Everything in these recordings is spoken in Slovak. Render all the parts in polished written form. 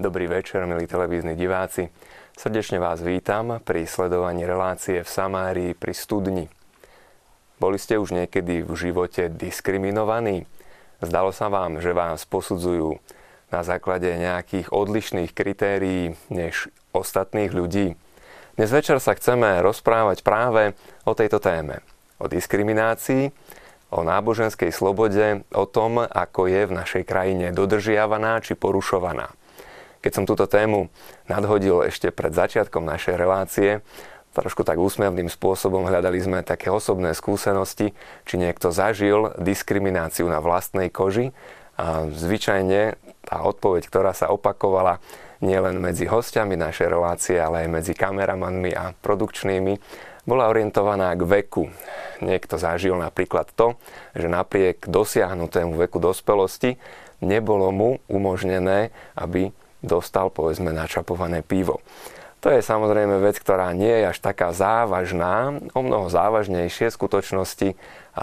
Dobrý večer, milí televízni diváci. Srdečne vás vítam pri sledovaní relácie v Samárii pri studni. Boli ste už niekedy v živote diskriminovaní? Zdalo sa vám, že vás posudzujú na základe nejakých odlišných kritérií než ostatných ľudí? Dnes večer sa chceme rozprávať práve o tejto téme. O diskriminácii, o náboženskej slobode, o tom, ako je v našej krajine dodržiavaná či porušovaná. Keď som túto tému nadhodil ešte pred začiatkom našej relácie, trošku tak úsmevným spôsobom hľadali sme také osobné skúsenosti, či niekto zažil diskrimináciu na vlastnej koži. A zvyčajne tá odpoveď, ktorá sa opakovala nielen medzi hostiami našej relácie, ale aj medzi kameramanmi a produkčnými, bola orientovaná k veku. Niekto zažil napríklad to, že napriek dosiahnutému veku dospelosti nebolo mu umožnené, aby dostal, povedzme, načapované pivo. To je samozrejme vec, ktorá nie je až taká závažná. O mnoho závažnejšie skutočnosti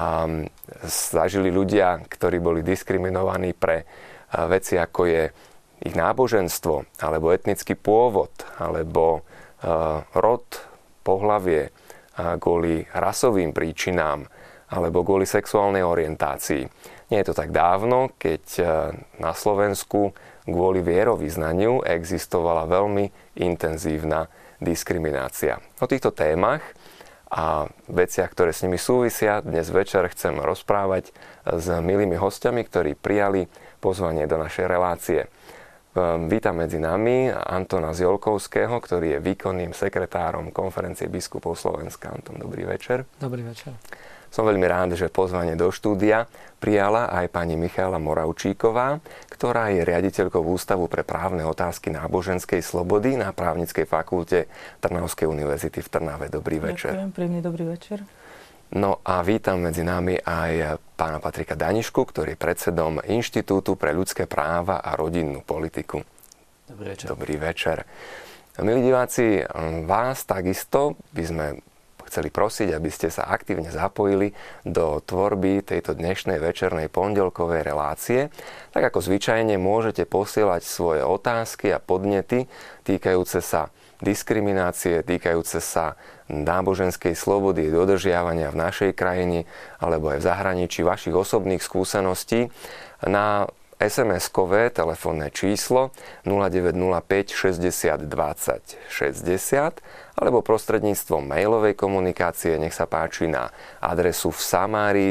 zažili ľudia, ktorí boli diskriminovaní pre veci, ako je ich náboženstvo, alebo etnický pôvod, alebo rod, pohlavie, kvôli rasovým príčinám, alebo kvôli sexuálnej orientácii. Nie je to tak dávno, keď na Slovensku kvôli vierovyznaniu existovala veľmi intenzívna diskriminácia. O týchto témach a veciach, ktoré s nimi súvisia, dnes večer chcem rozprávať s milými hostiami, ktorí prijali pozvanie do našej relácie. Vítam medzi nami Antona Ziolkovského, ktorý je výkonným sekretárom Konferencie biskupov Slovenska. Anton, dobrý večer. Dobrý večer. Som veľmi rád, že pozvanie do štúdia prijala aj pani Michála Moravčíková, ktorá je riaditeľkou Ústavu pre právne otázky náboženskej slobody na Právnickej fakulte Trnavskej univerzity v Trnave. Dobrý večer. Ďakujem, príjemný dobrý večer. No a vítam medzi nami aj pána Patrika Danišku, ktorý je predsedom Inštitútu pre ľudské práva a rodinnú politiku. Dobrý večer. Dobrý večer. Milí diváci, vás takisto by sme chceli prosiť, aby ste sa aktívne zapojili do tvorby tejto dnešnej večernej pondelkovej relácie. Tak ako zvyčajne môžete posielať svoje otázky a podnety týkajúce sa diskriminácie, týkajúce sa náboženskej slobody, dodržiavania v našej krajine alebo aj v zahraničí vašich osobných skúseností na SMS-kové telefónne číslo 0905 60 20 60 alebo prostredníctvom mailovej komunikácie, nech sa páči, na adresu v Samárii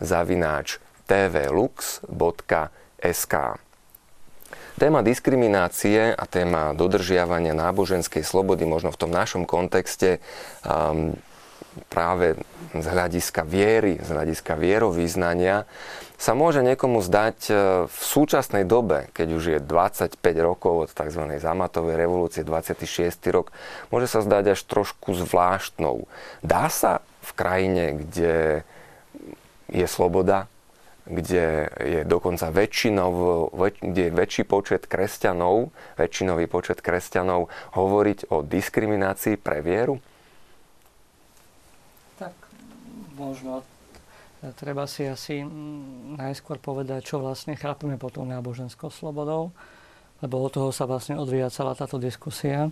@tvlux.sk. Téma diskriminácie a téma dodržiavania náboženskej slobody možno v tom našom kontexte práve z hľadiska viery, z hľadiska vierovyznania sa môže niekomu zdať v súčasnej dobe, keď už je 25 rokov od tzv. Zamatovej revolúcie, 26. rok, môže sa zdať až trošku zvláštnou. Dá sa v krajine, kde je sloboda, kde je dokonca kde je väčšinový počet kresťanov hovoriť o diskriminácii pre vieru? Tak možno treba si asi najskôr povedať, čo vlastne chápeme pod tou náboženskou slobodou, lebo od toho sa vlastne odvíja celá táto diskusia.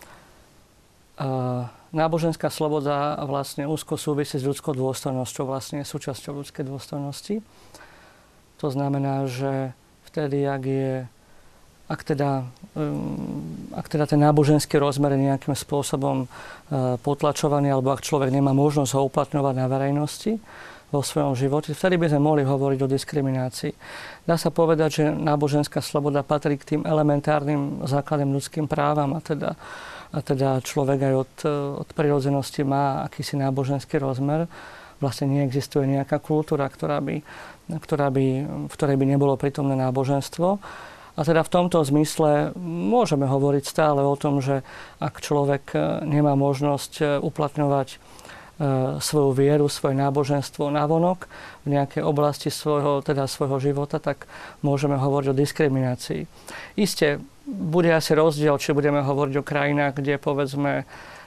Náboženská sloboda vlastne úzko súvisí s ľudskou dôstojnosťou, vlastne je súčasťou ľudskej dôstojnosti. To znamená, že vtedy, ak teda ten náboženský rozmer je nejakým spôsobom potlačovaný, alebo ak človek nemá možnosť ho uplatňovať na verejnosti vo svojom živote, vtedy by sme mohli hovoriť o diskriminácii. Dá sa povedať, že náboženská sloboda patrí k tým elementárnym základným ľudským právam a teda človek aj od prirodzenosti má akýsi náboženský rozmer. Vlastne neexistuje nejaká kultúra, v ktorej by nebolo prítomné náboženstvo. A teda v tomto zmysle môžeme hovoriť stále o tom, že ak človek nemá možnosť uplatňovať svoju vieru, svoje náboženstvo navonok v nejakej oblasti svojho života, tak môžeme hovoriť o diskriminácii. Isté, bude asi rozdiel, či budeme hovoriť o krajinách, kde povedzme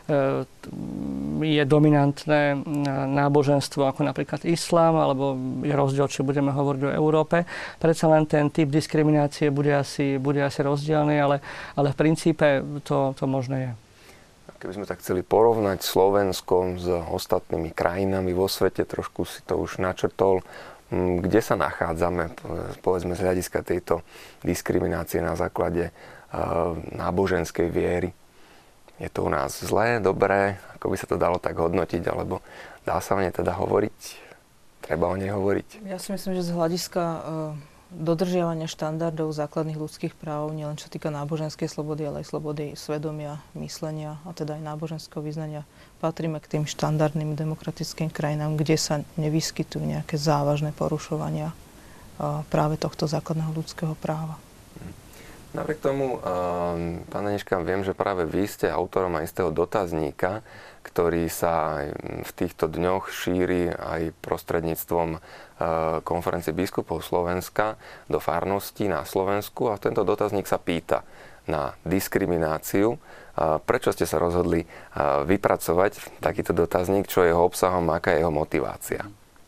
je dominantné náboženstvo ako napríklad islám, alebo je rozdiel, či budeme hovoriť o Európe. Predsa len ten typ diskriminácie bude asi rozdielny, ale v princípe to možné je. Keby sme tak chceli porovnať Slovensko s ostatnými krajinami vo svete, trošku si to už načrtol, kde sa nachádzame, povedzme, z hľadiska tejto diskriminácie na základe náboženskej viery? Je to u nás zlé, dobré? Ako by sa to dalo tak hodnotiť? Alebo dá sa o nej teda hovoriť? Treba o nej hovoriť? Ja si myslím, že z hľadiska dodržiavania štandardov základných ľudských práv, nielen čo týka náboženskej slobody, ale aj slobody svedomia, myslenia a teda aj náboženského vyznania, patríme k tým štandardným demokratickým krajinám, kde sa nevyskytujú nejaké závažné porušovania práve tohto základného ľudského práva. Napriek tomu, pán Daniška, viem, že práve vy ste autorom aj istého dotazníka, ktorý sa aj v týchto dňoch šíri aj prostredníctvom konferencie biskupov Slovenska do farností na Slovensku. A tento dotazník sa pýta na diskrimináciu. Prečo ste sa rozhodli vypracovať takýto dotazník, čo je jeho obsahom, aká je jeho motivácia?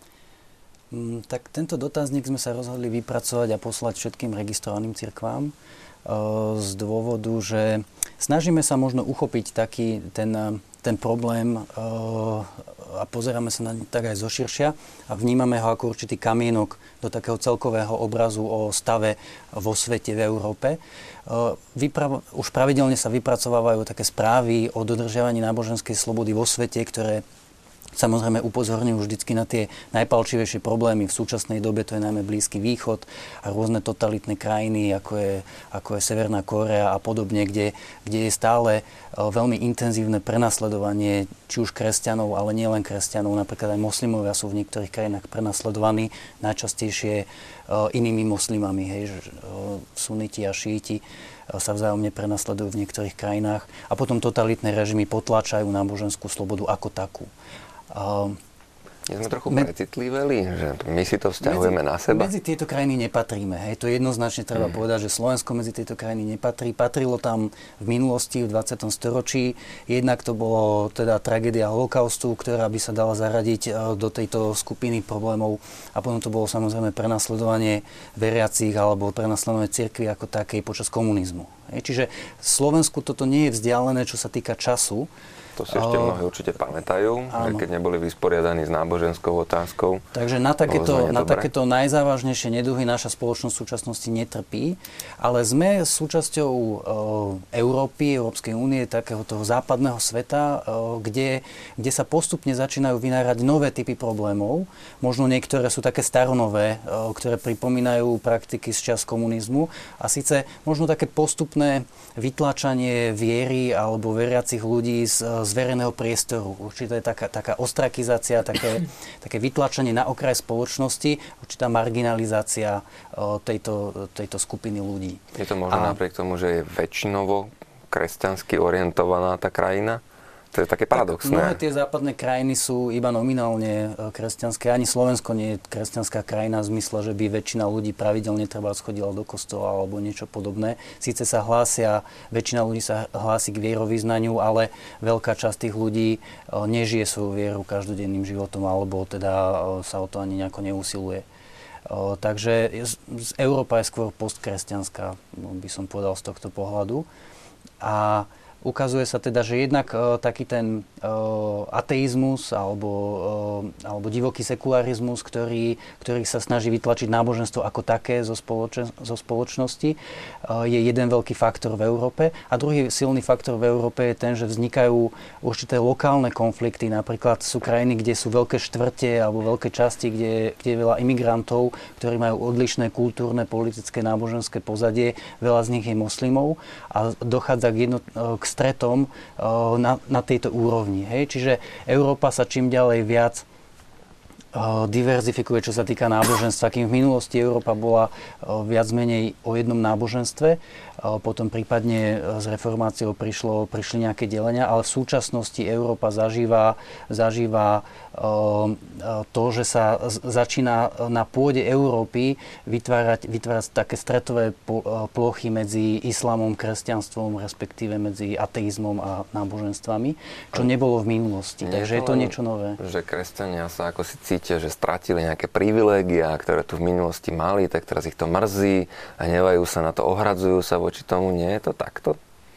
Tak tento dotazník sme sa rozhodli vypracovať a poslať všetkým registrovaným cirkvám z dôvodu, že snažíme sa možno uchopiť taký ten problém a pozeráme sa na ne tak aj zoširšia a vnímame ho ako určitý kamienok do takého celkového obrazu o stave vo svete, v Európe. Už pravidelne sa vypracovávajú také správy o dodržiavaní náboženskej slobody vo svete, ktoré samozrejme upozorňujú vždycky na tie najpalčivejšie problémy. V súčasnej dobe to je najmä Blízky východ a rôzne totalitné krajiny, ako je Severná Kórea a podobne, kde je stále veľmi intenzívne prenasledovanie či už kresťanov, ale nielen kresťanov. Napríklad aj moslimovia sú v niektorých krajinách prenasledovaní, najčastejšie inými moslimami. Suniti a šíti sa vzájomne prenasledujú v niektorých krajinách a potom totalitné režimy potláčajú náboženskú slobodu ako takú. My sme trochu precitliveli, že my si to vzťahujeme na seba. Medzi tieto krajiny nepatríme. To jednoznačne treba povedať, že Slovensko medzi tieto krajiny nepatrí. Patrilo tam v minulosti, v 20. storočí. Jednak to bolo teda tragédia holokaustu, ktorá by sa dala zaradiť do tejto skupiny problémov. A potom to bolo samozrejme prenasledovanie veriacich alebo prenasledovanie cirkvi ako takej počas komunizmu. Čiže Slovensku toto nie je vzdialené, čo sa týka času. To si ešte mnohí určite pamätajú, že keď neboli vysporiadaní s náboženskou otázkou. Takže na takéto najzávažnejšie neduhy naša spoločnosť v súčasnosti netrpí, ale sme súčasťou Európy, Európskej únie, takého toho západného sveta, kde sa postupne začínajú vynárať nové typy problémov. Možno niektoré sú také staronové, ktoré pripomínajú praktiky z čias komunizmu. A síce možno také postupné vytlačanie viery alebo veriacich ľudí z verejného priestoru. Určite je taká ostrakizácia, také vytlačenie na okraj spoločnosti, určitá marginalizácia tejto skupiny ľudí. Je to možno napriek tomu, že je väčšinovo kresťansky orientovaná tá krajina? To je také paradoxné. Mnohé tie západné krajiny sú iba nominálne kresťanské. Ani Slovensko nie je kresťanská krajina v zmysle, že by väčšina ľudí pravidelne treba schodila do kostola alebo niečo podobné. Síce väčšina ľudí sa hlási k vierovyznaniu, ale veľká časť tých ľudí nežije svoju vieru každodenným životom alebo teda sa o to ani nejako neusiluje. Takže Európa je skôr postkresťanská, by som povedal z tohto pohľadu. A ukazuje sa teda, že jednak taký ten ateizmus alebo divoký sekularizmus, ktorý sa snaží vytlačiť náboženstvo ako také zo spoločnosti, je jeden veľký faktor v Európe. A druhý silný faktor v Európe je ten, že vznikajú určité lokálne konflikty. Napríklad sú krajiny, kde sú veľké štvrte alebo veľké časti, kde je veľa imigrantov, ktorí majú odlišné kultúrne, politické, náboženské pozadie. Veľa z nich je moslimov a dochádza k stretom na tejto úrovni. Čiže Európa sa čím ďalej viac diverzifikuje, čo sa týka náboženstva. Kým v minulosti Európa bola viac menej o jednom náboženstve, potom prípadne s reformáciou prišli nejaké delenia, ale v súčasnosti Európa zažíva to, že sa začína na pôde Európy vytvárať také stretové plochy medzi islamom, kresťanstvom, respektíve medzi ateizmom a náboženstvami, čo nebolo v minulosti. Takže je to niečo nové. Že kresťania sa ako si cítia, že stratili nejaké privilégia, ktoré tu v minulosti mali, tak teraz ich to mrzí a hnevajú sa na to, ohradzujú sa voči tomu. Nie je to takto?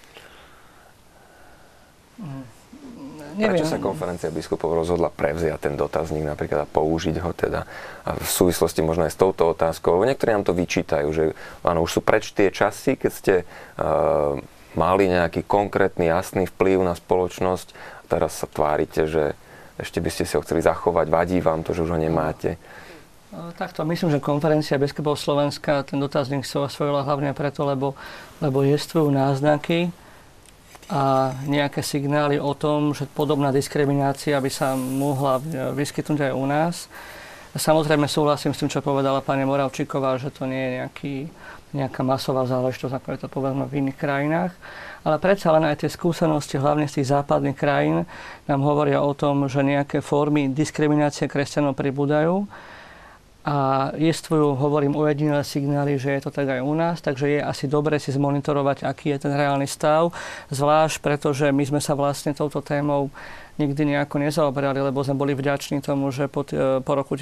Neviem. Prečo sa konferencia biskupov rozhodla prevziať ten dotazník napríklad a použiť ho teda a v súvislosti možno aj s touto otázkou? Lebo niektorí nám to vyčítajú, že áno, už sú preč tie časy, keď ste mali nejaký konkrétny, jasný vplyv na spoločnosť a teraz sa tvárite, že ešte by ste si ho chceli zachovať, vadí vám to, že už ho nemáte. Takto, myslím, že konferencia biskupov Slovenska ten dotazník sa osvojila hlavne preto, lebo jestvujú náznaky a nejaké signály o tom, že podobná diskriminácia by sa mohla vyskytnúť aj u nás. Samozrejme súhlasím s tým, čo povedala pani Moravčíková, že to nie je nejaká masová záležitosť, ako je to povedzme v iných krajinách. Ale predsa len aj tie skúsenosti, hlavne z tých západných krajín, nám hovoria o tom, že nejaké formy diskriminácie kresťanov pribúdajú. A jestvujú, hovorím, ojedinelé signály, že je to tak aj u nás, takže je asi dobre si zmonitorovať, aký je ten reálny stav, zvlášť pretože my sme sa vlastne touto témou nikdy nejako nezaoberali, lebo sme boli vďační tomu, že v roku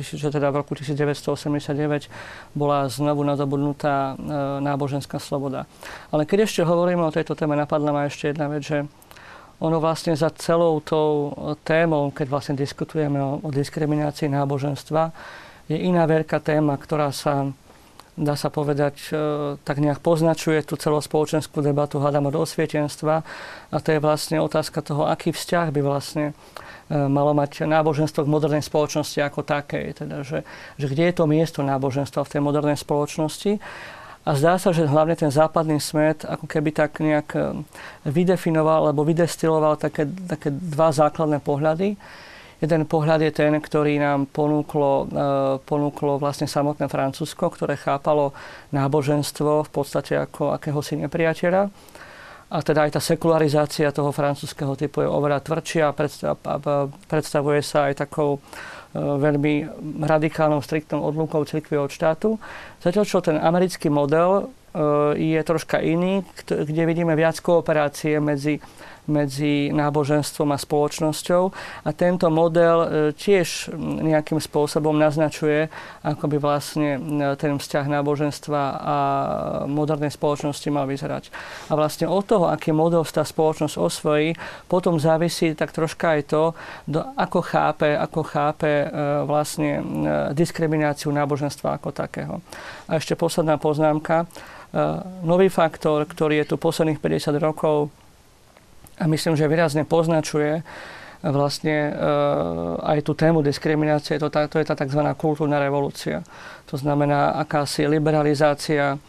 1989 bola znovu nadobudnutá náboženská sloboda. Ale keď ešte hovoríme o tejto téme, napadla ma ešte jedna vec, že ono vlastne za celou tou témou, keď vlastne diskutujeme o diskriminácii náboženstva, je iná veľká téma, ktorá sa, dá sa povedať, tak nejak poznačuje tú celospoločenskú debatu, hľadám od osvietenstva. A to je vlastne otázka toho, aký vzťah by vlastne malo mať náboženstvo k modernej spoločnosti ako takej. Teda, že kde je to miesto náboženstva v tej modernej spoločnosti. A zdá sa, že hlavne ten západný svet ako keby tak nejak vydefinoval alebo vydestiloval také dva základné pohľady. Jeden pohľad je ten, ktorý nám ponúklo vlastne samotné Francúzsko, ktoré chápalo náboženstvo v podstate ako akéhosi nepriateľa. A teda aj tá sekularizácia toho francúzskeho typu je oveľa tvrdšia a predstavuje sa aj takou veľmi radikálnou, striktnou odlúkou cirkvi od štátu. Zatiaľ, čo ten americký model je troška iný, kde vidíme viac kooperácie medzi náboženstvom a spoločnosťou. A tento model tiež nejakým spôsobom naznačuje, ako by vlastne ten vzťah náboženstva a modernej spoločnosti mal vyzerať. A vlastne od toho, aký model tá spoločnosť osvojí, potom závisí tak troška aj to, ako chápe vlastne diskrimináciu náboženstva ako takého. A ešte posledná poznámka. Nový faktor, ktorý je tu posledných 50 rokov a myslím, že výrazne poznačuje vlastne aj tú tému diskriminácie, to je tá tzv. Kultúrna revolúcia. To znamená akási liberalizácia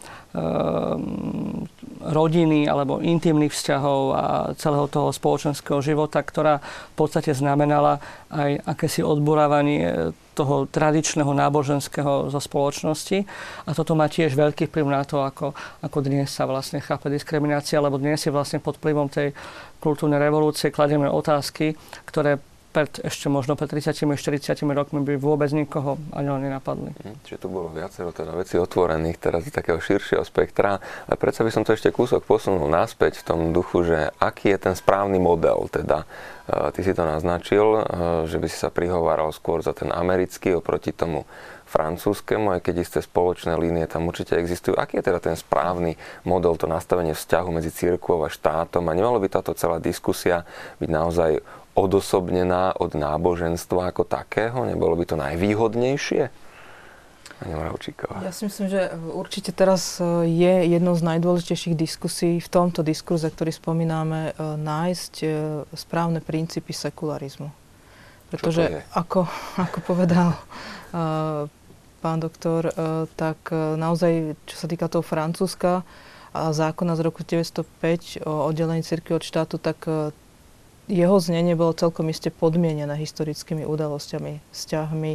rodiny alebo intimných vzťahov a celého toho spoločenského života, ktorá v podstate znamenala aj akési odburávanie toho tradičného náboženského zo spoločnosti. A toto má tiež veľký vplyv na to, ako dnes sa vlastne chápe diskriminácia, lebo dnes je vlastne pod vplyvom tej kultúrnej revolúcie kladieme otázky, ktoré ešte možno pred 30-40 rokmi by vôbec nikoho ani len nenapadli. Čiže tu bolo viacero teda vecí otvorených teraz z takého širšieho spektra. Ale predsa by som to ešte kúsok posunul naspäť v tom duchu, že aký je ten správny model. Teda ty si to naznačil, že by si sa prihováral skôr za ten americký oproti tomu francúzskému, aj keď isté spoločné línie tam určite existujú. Aký je teda ten správny model, to nastavenie vzťahu medzi cirkvou a štátom? A nemalo by táto celá diskusia byť naozaj odosobnená od náboženstva ako takého? Nebolo by to najvýhodnejšie? Pani Moravčíková. Ja si myslím, že určite teraz je jednou z najdôležitejších diskusí v tomto diskurze, ktorý spomíname, nájsť správne princípy sekularizmu. Pretože ako povedal pán doktor, tak naozaj, čo sa týka toho Francúzska a zákona z roku 1905 o oddelení cirkvi od štátu, tak jeho znenie bolo celkom iste podmienené historickými udalosťami, vzťahmi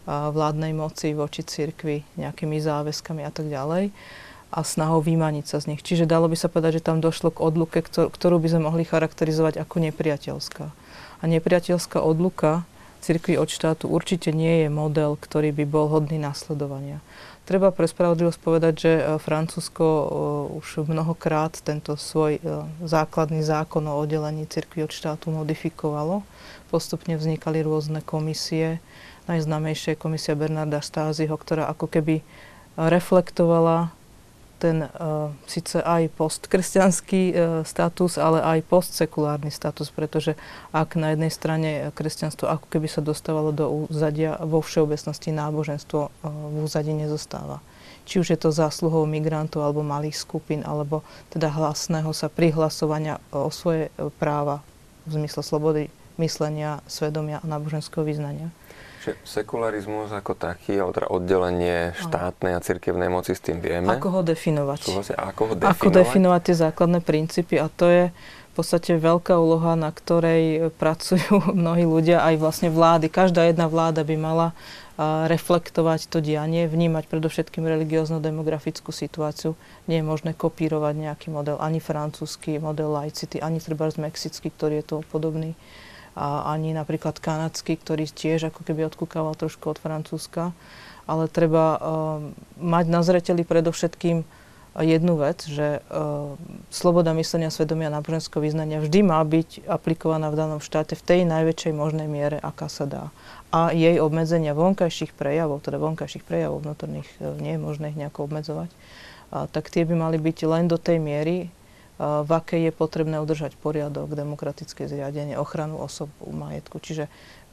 vládnej moci voči cirkvi nejakými záväzkami a tak ďalej a snahou vymaniť sa z nich. Čiže dalo by sa povedať, že tam došlo k odluke, ktorú by sme mohli charakterizovať ako nepriateľská. A nepriateľská odluka cirkvi od štátu určite nie je model, ktorý by bol hodný nasledovania. Treba pre spravodlivosť povedať, že Francúzsko už mnohokrát tento svoj základný zákon o oddelení cirkvi od štátu modifikovalo. Postupne vznikali rôzne komisie. Najznámejšia je komisia Bernarda Stáziho, ktorá ako keby reflektovala ten síce aj postkresťanský status, ale aj postsekulárny status, pretože ak na jednej strane kresťanstvo ako keby sa dostávalo do úzadia, vo všeobecnosti náboženstvo v úzadí nezostáva. Či už je to zásluhou migrantov alebo malých skupín, alebo teda hlasného sa prihlasovania o svoje práva v zmysle slobody myslenia, svedomia a náboženského vyznania. Sekularizmus ako taký, alebo teda oddelenie štátnej a cirkevnej moci, s tým vieme. Ako ho definovať? Ako definovať tie základné princípy, a to je v podstate veľká úloha, na ktorej pracujú mnohí ľudia, aj vlastne vlády. Každá jedna vláda by mala reflektovať to dianie, vnímať predovšetkým religiózno-demografickú situáciu. Nie je možné kopírovať nejaký model, ani francúzsky model laicity, ani trebárs mexický, ktorý je toho podobný, a ani napríklad kanadský, ktorý tiež ako keby odkúkával trošku od Francúzska. Ale treba mať na zreteli predovšetkým jednu vec, že sloboda myslenia, svedomia a náboženského vyznania vždy má byť aplikovaná v danom štáte v tej najväčšej možnej miere, aká sa dá. A jej obmedzenia vonkajších prejavov, teda vonkajších prejavov vnútorných nie je možné ich nejako obmedzovať, tak tie by mali byť len do tej miery, v akej je potrebné udržať poriadok, demokratické zriadenie, ochranu osob, majetku. Čiže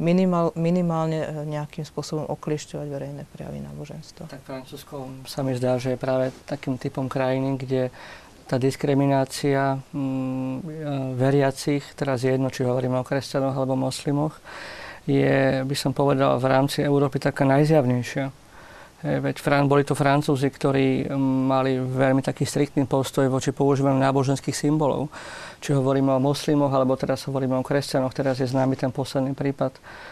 minimálne nejakým spôsobom okliešťovať verejné prejavy náboženstva. Tak Francúzsko sa mi zdá, že je práve takým typom krajiny, kde tá diskriminácia veriacich, teraz je jedno, či hovoríme o kresťanoch alebo moslimoch, je, by som povedal, v rámci Európy taká najzjavnejšia. Veď boli to Francúzi, ktorí mali veľmi taký striktný postoj voči používaniu náboženských symbolov. Či hovoríme o moslimoch, alebo teraz hovoríme o kresťanoch. Teraz je známy ten posledný prípad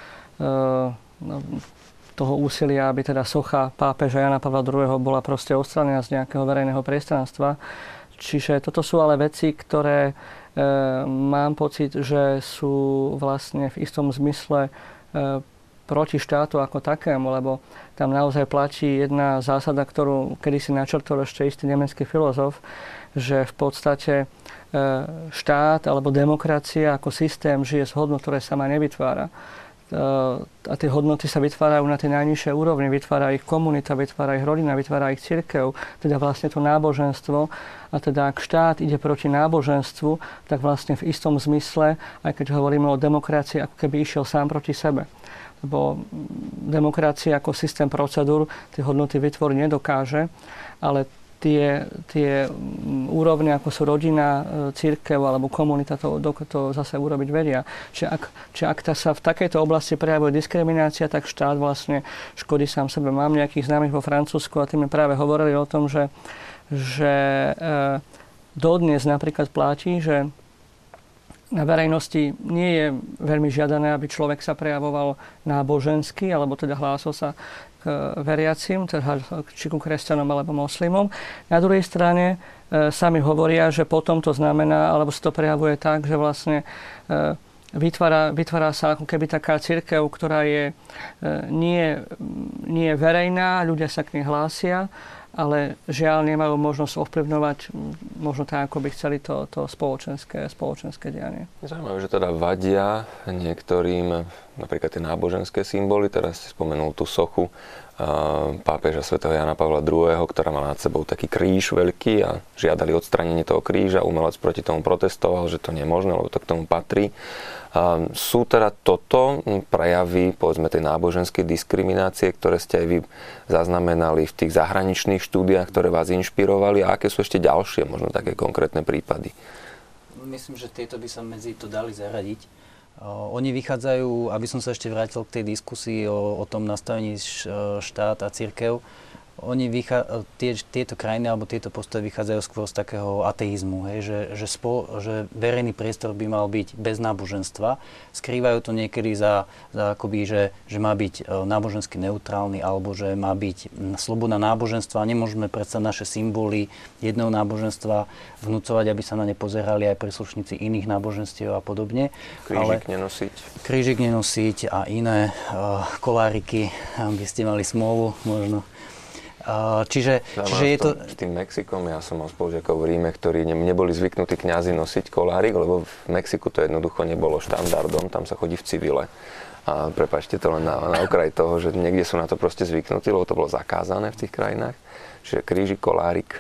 toho úsilia, aby teda socha pápeža Jana Pavla II. Bola proste odstranená z nejakého verejného priestranstva. Čiže toto sú ale veci, ktoré mám pocit, že sú vlastne v istom zmysle proti štátu ako takému, lebo tam naozaj platí jedna zásada, ktorú kedysi načrtol ešte istý nemecký filozof, že v podstate štát alebo demokracia ako systém žije z hodnot, ktoré sama nevytvára. A tie hodnoty sa vytvárajú na tej najnižšej úrovni, vytvára ich komunita, vytvára ich rodina, vytvára ich cirkev, teda vlastne to náboženstvo. A teda ak štát ide proti náboženstvu, tak vlastne v istom zmysle, aj keď hovoríme o demokracii, ako keby išiel sám proti sebe. Lebo demokracia ako systém procedúr tie hodnoty vytvoriť nedokáže, ale tie úrovne, ako sú rodina, cirkev alebo komunita, to zase urobiť vedia. Čiže ak sa v takejto oblasti prejavuje diskriminácia, tak štát vlastne škodí sám sebe. Mám nejakých známych vo Francúzsku a tí mi práve hovorili o tom, že dodnes napríklad platí, že na verejnosti nie je veľmi žiadané, aby človek sa prejavoval nábožensky, alebo teda hlásil sa k veriacim, teda či ku kresťanom alebo moslimom. Na druhej strane sami hovoria, že potom to znamená, alebo sa to prejavuje tak, že vlastne vytvára sa ako keby taká cirkev, ktorá je nie verejná, ľudia sa k nej hlásia, ale žiaľ nemajú možnosť ovplyvňovať možno tak, ako by chceli to spoločenské dianie. Zaujímavé, že teda vadia niektorým napríklad tie náboženské symboly. Teraz ste spomenul tú sochu pápeža svätého Jana Pavla II., ktorá má nad sebou taký kríž veľký a žiadali odstránenie toho kríža. Umelec proti tomu protestoval, že to nie je možné, lebo to k tomu patrí. Sú teda toto prejavy, povedzme, tej náboženskej diskriminácie, ktoré ste aj vy zaznamenali v tých zahraničných štúdiách, ktoré vás inšpirovali, a aké sú ešte ďalšie, možno také konkrétne prípady? Myslím, že tieto by sa medzi to dali zaradiť. Oni vychádzajú, aby som sa ešte vrátil k tej diskusii o tom nastavení štát a cirkev, tieto krajiny alebo tieto postoje vychádzajú skôr z takého ateizmu, hej, že verejný priestor by mal byť bez náboženstva. Skrývajú to niekedy za akoby, že má byť nábožensky neutrálny alebo že má byť sloboda náboženstva. Nemôžeme predsa naše symboly jedného náboženstva vnúcovať, aby sa na ne pozerali aj príslušníci iných náboženstiev a podobne. Krížik nenosiť a iné koláriky, aby ste mali smôlu možno. Čiže je to... S tým Mexikom, ja som mal spolužiakov v Ríme, ktorí neboli zvyknutí kňazi nosiť kolárik, lebo v Mexiku to jednoducho nebolo štandardom, tam sa chodí v civile. A prepáčte to len na okraj toho, že niekde sú na to proste zvyknutí, lebo to bolo zakázané v tých krajinách. Čiže krížik, kolárik.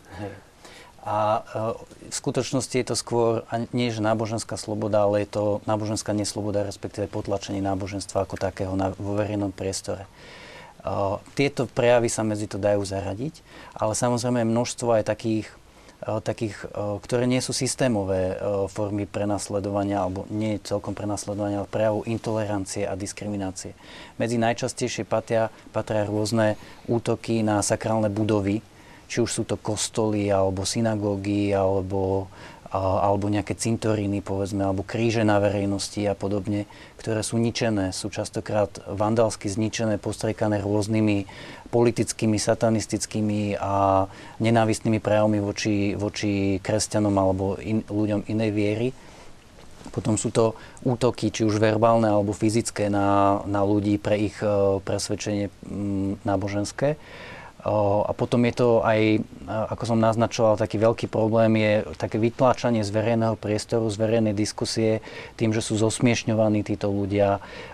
A v skutočnosti je to skôr nie že náboženská sloboda, ale je to náboženská nesloboda, respektíve potlačenie náboženstva ako takého vo verejnom priestore. Tieto prejavy sa medzi to dajú zaradiť, ale samozrejme množstvo aj takých, ktoré nie sú systémové formy prenasledovania, alebo nie celkom prenasledovania, ale prejavov intolerancie a diskriminácie. Medzi najčastejšie patria rôzne útoky na sakrálne budovy, či už sú to kostoly, alebo synagógy, alebo nejaké cintoríny, povedzme, alebo kríže na verejnosti a podobne, ktoré sú ničené, sú častokrát vandalsky zničené, postriekané rôznymi politickými, satanistickými a nenávistnými prejavmi voči kresťanom alebo ľuďom inej viery. Potom sú to útoky, či už verbálne alebo fyzické na ľudí pre ich presvedčenie náboženské. A potom je to aj, ako som naznačoval, taký veľký problém je také vytláčanie z verejného priestoru, z verejnej diskusie tým, že sú zosmiešňovaní títo ľudia,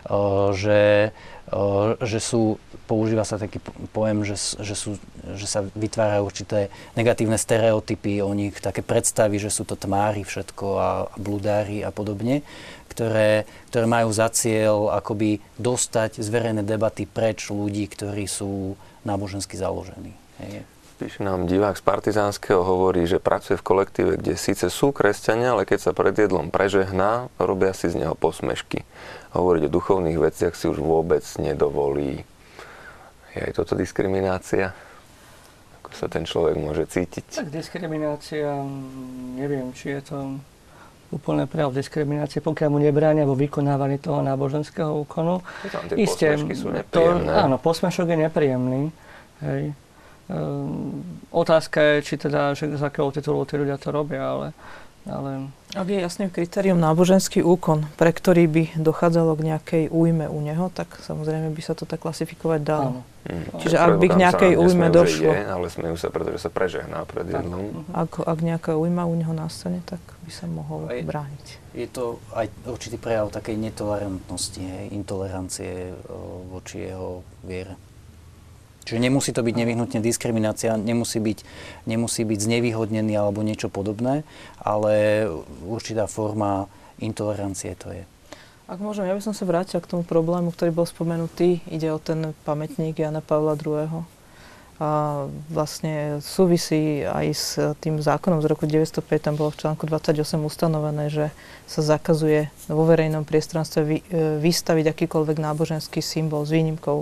že sú, používa sa taký pojem, že sa vytvárajú určité negatívne stereotypy o nich, také predstavy, že sú to tmári všetko a blúdári a podobne, ktoré majú za cieľ akoby dostať z verejnej debaty preč ľudí, ktorí sú nábožensky založený. Píše nám divák z Partizánskeho, hovorí, že pracuje v kolektíve, kde síce sú kresťania, ale keď sa pred jedlom prežehná, robia si z neho posmešky. Hovoriť o duchovných veciach si už vôbec nedovolí. Je aj toto diskriminácia? Ako sa ten človek môže cítiť? Tak diskriminácia, neviem, či je to úplne prejav diskriminácie, pokiaľ mu nebránia vo vykonávaní toho náboženského úkonu. Isté, posmešky sú nepríjemné. Áno, posmešok je nepríjemný. Hej. Otázka je, či teda, že z akého titulu tí ľudia to robia, ale... Ak je jasným kritérium náboženský úkon, pre ktorý by dochádzalo k nejakej újme u neho, tak samozrejme by sa to tak klasifikovať dalo. Čiže ak by k nejakej újme došlo... Ale smejú sa, pretože sa prežehná pred jedlom. Ak nejaká újma u neho nastane, tak by sa mohol brániť. Je to aj určitý prejav takej netolerantnosti, intolerancie voči jeho viere. Čiže nemusí to byť nevyhnutne diskriminácia, nemusí byť znevýhodnený alebo niečo podobné, ale určitá forma intolerancie to je. Ak môžem, ja by som sa vrátila k tomu problému, ktorý bol spomenutý. Ide o ten pamätník Jana Pavla II. A vlastne súvisí aj s tým zákonom z roku 1905. Tam bolo v článku 28 ustanovené, že sa zakazuje vo verejnom priestranstve vystaviť akýkoľvek náboženský symbol s výnimkou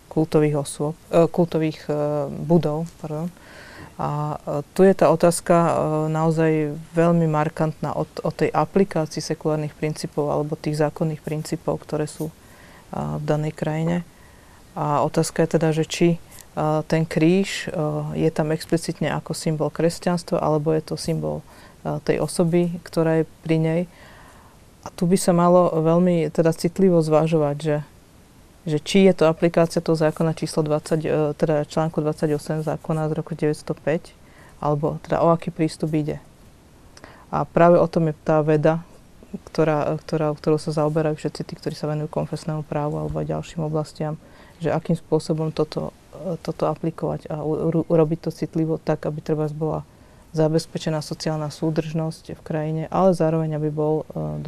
kultových budov. Pardon. A tu je tá otázka naozaj veľmi markantná o tej aplikácii sekulárnych princípov alebo tých zákonných princípov, ktoré sú v danej krajine. A otázka je teda, že či ten kríž je tam explicitne ako symbol kresťanstva, alebo je to symbol tej osoby, ktorá je pri nej. A tu by sa malo veľmi teda citlivo zvažovať, že či je to aplikácia toho zákona číslo 20, teda článku 28 zákona z roku 1905, alebo teda o aký prístup ide. A práve o tom je tá veda, ktorou sa zaoberajú všetci tí, ktorí sa venujú konfesnému právu alebo aj ďalším oblastiam, že akým spôsobom toto aplikovať a urobiť to citlivo tak, aby trebárs bola zabezpečená sociálna súdržnosť v krajine, ale zároveň aby boli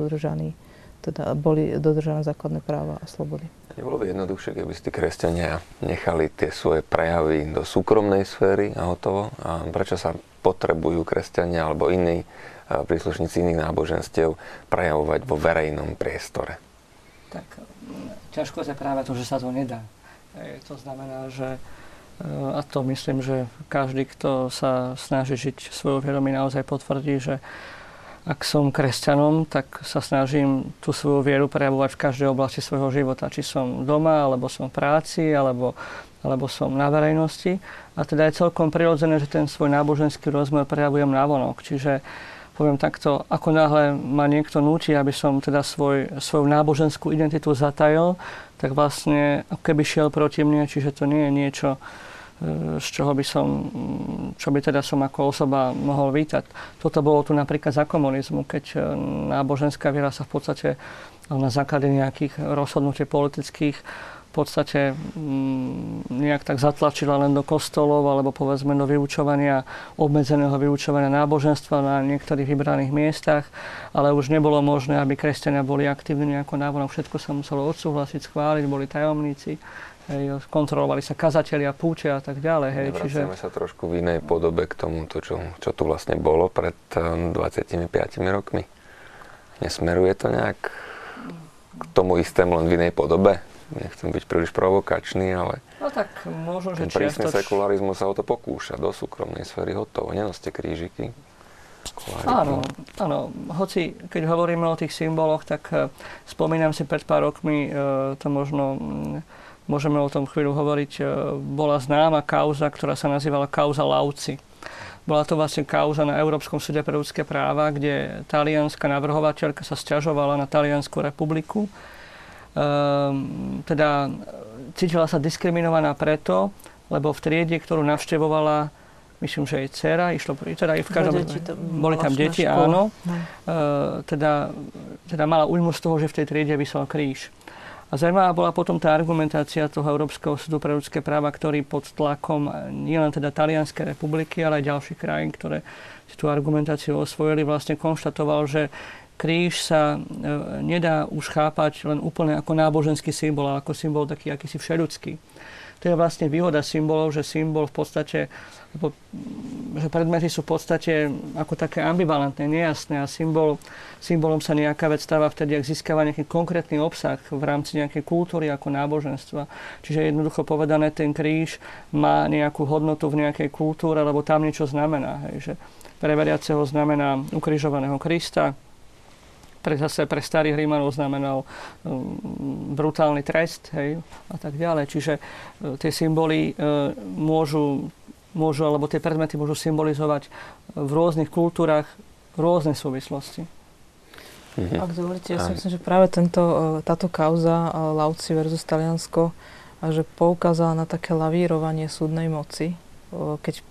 dodržané základné práva a slobody. Nebolo by jednoduchšie, keby si tí kresťania nechali tie svoje prejavy do súkromnej sféry a hotovo? A prečo sa potrebujú kresťania alebo iní príslušníci iných náboženstiev prejavovať vo verejnom priestore? Tak ťažko je práve to, že sa to nedá. To znamená, že A to myslím, že každý, kto sa snaží žiť svojou vierou, mi naozaj potvrdí, že ak som kresťanom, tak sa snažím tú svoju vieru prejavovať v každej oblasti svojho života. Či som doma, alebo som v práci, alebo som na verejnosti. A teda je celkom prirodzené, že ten svoj náboženský rozmer prejavujem navonok. Čiže poviem takto, ako náhle ma niekto núti, aby som teda svoju náboženskú identitu zatajil, tak vlastne ako keby šiel proti mne, čiže to nie je niečo, z čoho by čo by teda som ako osoba mohol vítať. Toto bolo tu napríklad za komunizmu, keď náboženská viera sa v podstate na základe nejakých rozhodnutí politických v podstate nejak tak zatlačila len do kostolov alebo povedzme do vyučovania, obmedzeného vyučovania náboženstva na niektorých vybraných miestach, ale už nebolo možné, aby kresťania boli aktívni ako návonok. Všetko sa muselo odsúhlasiť, schváliť, boli tajomníci. Hej, kontrolovali sa kazatelia, púče a tak ďalej. Hej, Nevraciame sa trošku v inej podobe k tomu, čo tu vlastne bolo pred 25 rokmi. Nesmeruje to nejak k tomu istému, len v inej podobe? Nechcem byť príliš provokačný, ale no tak možno, že ten prísny sekularizmus sa o to pokúša. Do súkromnej sféry hotovo. Nenoste krížiky. Áno. Hoci, keď hovoríme o tých symboloch, tak spomínam si pred pár rokmi, to možno môžeme o tom chvíľu hovoriť, bola známa kauza, ktorá sa nazývala kauza Lauci. Bola to vlastne kauza na Európskom súde pre ľudské práva, kde talianska navrhovateľka sa sťažovala na Taliansku republiku. Teda cítila sa diskriminovaná preto, lebo v triede, ktorú navštevovala, myslím, že jej dcera, boli tam deti, áno. Teda mala újmu z toho, že v tej triede visel kríž. A zaujímavá bola potom tá argumentácia toho Európskeho súdu pre ľudské práva, ktorý pod tlakom nielen teda Talianskej republiky, ale aj ďalších krajín, ktoré si tú argumentáciu osvojili, vlastne konštatoval, že kríž sa nedá už chápať len úplne ako náboženský symbol, ale ako symbol taký akýsi všeľudský. To je vlastne výhoda symbolov, že symbol v podstate, že predmety sú v podstate ako také ambivalentné, nejasné a symbolom sa nejaká vec stáva vtedy, ak získava nejaký konkrétny obsah v rámci nejakej kultúry ako náboženstva. Čiže jednoducho povedané, ten kríž má nejakú hodnotu v nejakej kultúre, lebo tam niečo znamená. Hej, že pre veriaceho znamená ukrižovaného Krista, pre starých Rímanov znamenal brutálny trest, hej, a tak ďalej. Čiže tie symboly môžu, alebo tie predmety môžu symbolizovať v rôznych kultúrach rôzne súvislosti. Ak dovolíte, ja si myslím, že práve táto kauza Lauci versus Taliansko, že poukázala na také lavírovanie súdnej moci, keď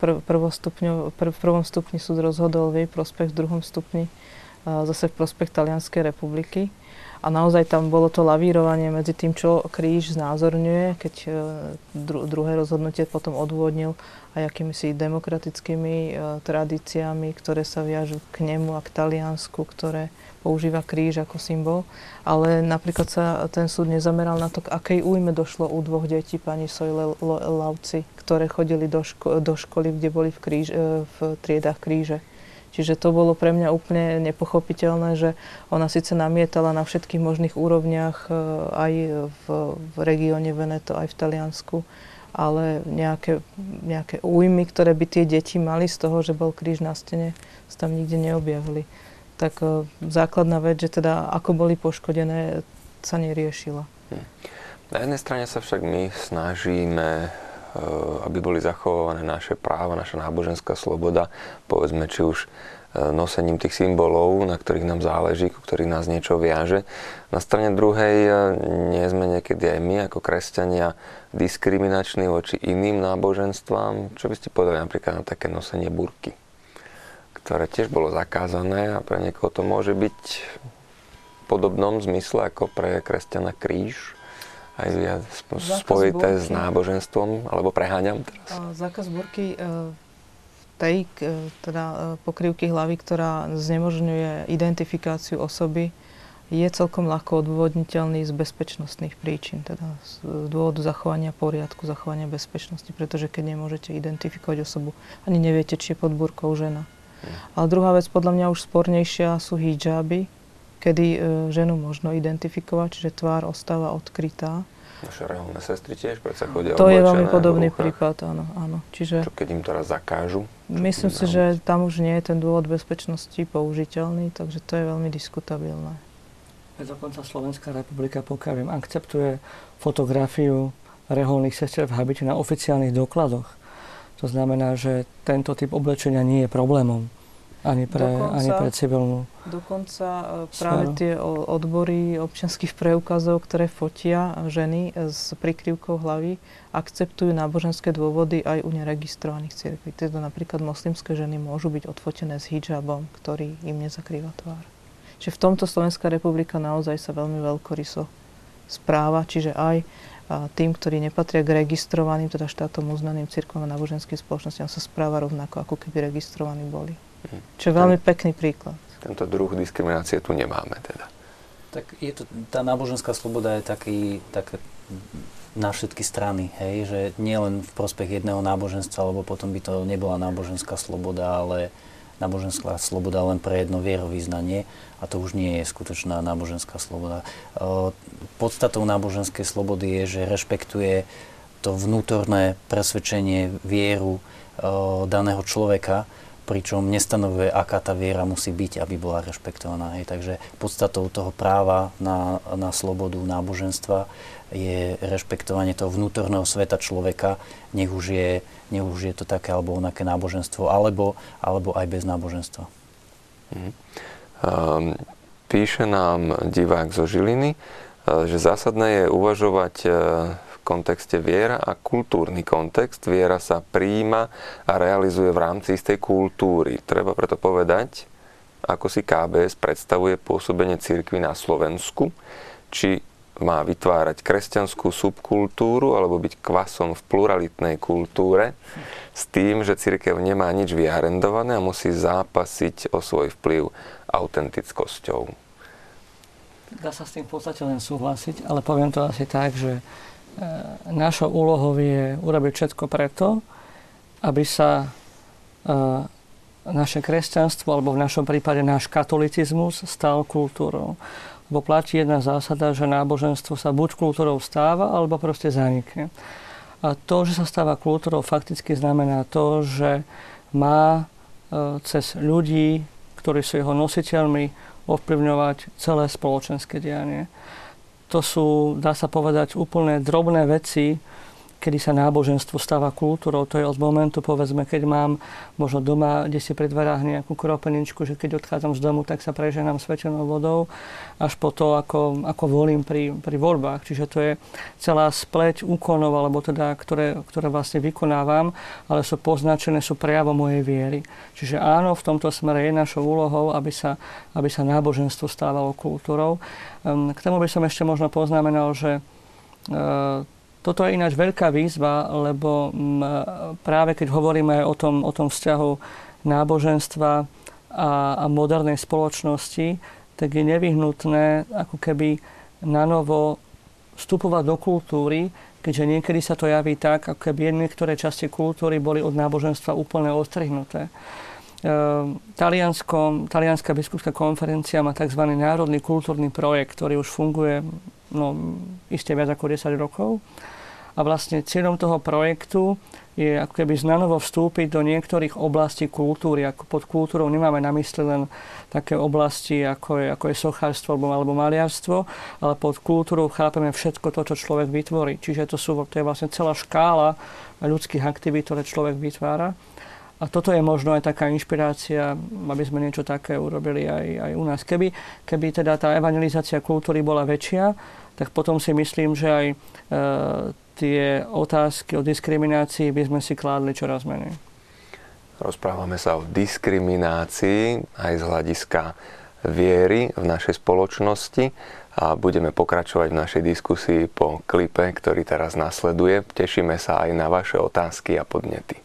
v prvom stupni súd rozhodol v jej prospech, v druhom stupni zase v prospech Talianskej republiky. A naozaj tam bolo to lavírovanie medzi tým, čo kríž znázorňuje, keď druhé rozhodnutie potom odôvodnil aj akýmisi demokratickými tradíciami, ktoré sa viažú k nemu a k Taliansku, ktoré používa kríž ako symbol. Ale napríklad sa ten súd nezameral na to, k akej újme došlo u dvoch detí, pani Sojle Lauci, ktoré chodili do školy, kde boli v triedách kríže. Čiže to bolo pre mňa úplne nepochopiteľné, že ona síce namietala na všetkých možných úrovniach aj v regióne Veneto, aj v Taliansku, ale nejaké újmy, ktoré by tie deti mali z toho, že bol kríž na stene, sa tam nikde neobjavili. Tak základná vec, že teda ako boli poškodené, sa neriešila. Na jednej strane sa však my snažíme, aby boli zachované naše práva, naša náboženská sloboda, povedzme, či už nosením tých symbolov, na ktorých nám záleží, ku ktorých nás niečo viaže. Na strane druhej nie sme niekedy aj my ako kresťania diskriminační voči iným náboženstvám. Čo by ste povedali napríklad na také nosenie burky, ktoré tiež bolo zakázané a pre niekoho to môže byť v podobnom zmysle ako pre kresťana kríž? Aj spojité s náboženstvom, alebo preháňam teraz? Zákaz burky tej pokrývky hlavy, ktorá znemožňuje identifikáciu osoby, je celkom ľahko odôvodniteľný z bezpečnostných príčin, teda z dôvodu zachovania poriadku, zachovania bezpečnosti, pretože keď nemôžete identifikovať osobu, ani neviete, či je pod burkou žena. Ale druhá vec, podľa mňa už spornejšia, sú hidžáby, kedy ženu možno identifikovať, čiže tvár ostáva odkrytá. Naše reholné sestry tiež predsa chodia To je veľmi oblečené podobný v rúchach. prípad, áno. Čiže Čo keď im teraz zakážu? myslím si, že tam už nie je ten dôvod bezpečnosti použiteľný, takže to je veľmi diskutabilné. Dokonca Slovenská republika, pokiaľ viem, akceptuje fotografiu reholných sestier v habite na oficiálnych dokladoch. To znamená, že tento typ oblečenia nie je problémom ani pre civilnú. Dokonca práve tie odbory občianskych preukazov, ktoré fotia ženy s prikryvkou hlavy, akceptujú náboženské dôvody aj u neregistrovaných cirkví. Teda napríklad moslimské ženy môžu byť odfotené s hidžabom, ktorý im nezakrýva tvár. Čiže v tomto Slovenská republika naozaj sa veľmi veľkoryso správa, čiže aj tým, ktorí nepatria k registrovaným, teda štátom uznaným cirkvom a náboženským spoločnostiam, sa správa rovnako, ako keby registrovaní boli. Čo je veľmi pekný príklad. Tento druh diskriminácie tu nemáme teda. Tak je to, tá náboženská sloboda je tak na všetky strany, hej, že nie len v prospech jedného náboženstva, lebo potom by to nebola náboženská sloboda, ale náboženská sloboda len pre jedno vierovyznanie a to už nie je skutočná náboženská sloboda. Podstatou náboženskej slobody je, že rešpektuje to vnútorné presvedčenie, vieru daného človeka, pričom nestanovuje, aká tá viera musí byť, aby bola rešpektovaná. Hej. Takže podstatou toho práva na slobodu náboženstva je rešpektovanie toho vnútorného sveta človeka, nech už je to také alebo onaké náboženstvo, alebo aj bez náboženstva. Píše nám divák zo Žiliny, že zásadné je uvažovať v kontexte viera a kultúrny kontext. Viera sa prijíma a realizuje v rámci istej kultúry. Treba preto povedať, ako si KBS predstavuje pôsobenie cirkvi na Slovensku, či má vytvárať kresťanskú subkultúru alebo byť kvasom v pluralitnej kultúre s tým, že cirkev nemá nič vyarendované a musí zápasiť o svoj vplyv autentickosťou. Dá sa s tým v podstate len súhlasiť, ale poviem to asi tak, že našou úlohou je urobiť všetko preto, aby sa naše kresťanstvo, alebo v našom prípade náš katolicizmus stal kultúrou. Lebo platí jedna zásada, že náboženstvo sa buď kultúrou stáva, alebo proste zanikne. A to, že sa stáva kultúrou, fakticky znamená to, že má cez ľudí, ktorí sú jeho nositeľmi, ovplyvňovať celé spoločenské dianie. To sú, dá sa povedať, úplne drobné veci, kedy sa náboženstvo stáva kultúrou. To je od momentu, povedzme, keď mám možno doma, kde si pri dverách nejakú kropeničku, že keď odchádzam z domu, tak sa preženám svetenou vodou, až po to, ako volím pri voľbách. Čiže to je celá spleť úkonov, alebo teda, ktoré vlastne vykonávam, ale sú poznačené, sú prejavom mojej viery. Čiže áno, v tomto smere je našou úlohou, aby sa náboženstvo stávalo kultúrou. K tomu by som ešte možno poznamenal, že toto je ináč veľká výzva, lebo práve keď hovoríme o tom vzťahu náboženstva a modernej spoločnosti, tak je nevyhnutné ako keby nanovo vstupovať do kultúry, keďže niekedy sa to javí tak, ako keby niektoré časti kultúry boli od náboženstva úplne odstrihnuté. Talianska biskupská konferencia má tzv. Národný kultúrny projekt, ktorý už funguje iste viac ako 10 rokov. A vlastne cieľom toho projektu je ako keby znanovo vstúpiť do niektorých oblastí kultúry. Ako pod kultúrou nemáme na mysli len také oblasti, ako je sochárstvo alebo maliarstvo, ale pod kultúrou chápeme všetko to, čo človek vytvorí. Čiže to je vlastne celá škála ľudských aktivít, ktoré človek vytvára. A toto je možno aj taká inšpirácia, aby sme niečo také urobili aj u nás. Keby teda tá evangelizácia kultúry bola väčšia, tak potom si myslím, že aj tie otázky o diskriminácii by sme si kládli čoraz menej. Rozprávame sa o diskriminácii aj z hľadiska viery v našej spoločnosti a budeme pokračovať v našej diskusii po klipe, ktorý teraz nasleduje. Tešíme sa aj na vaše otázky a podnety.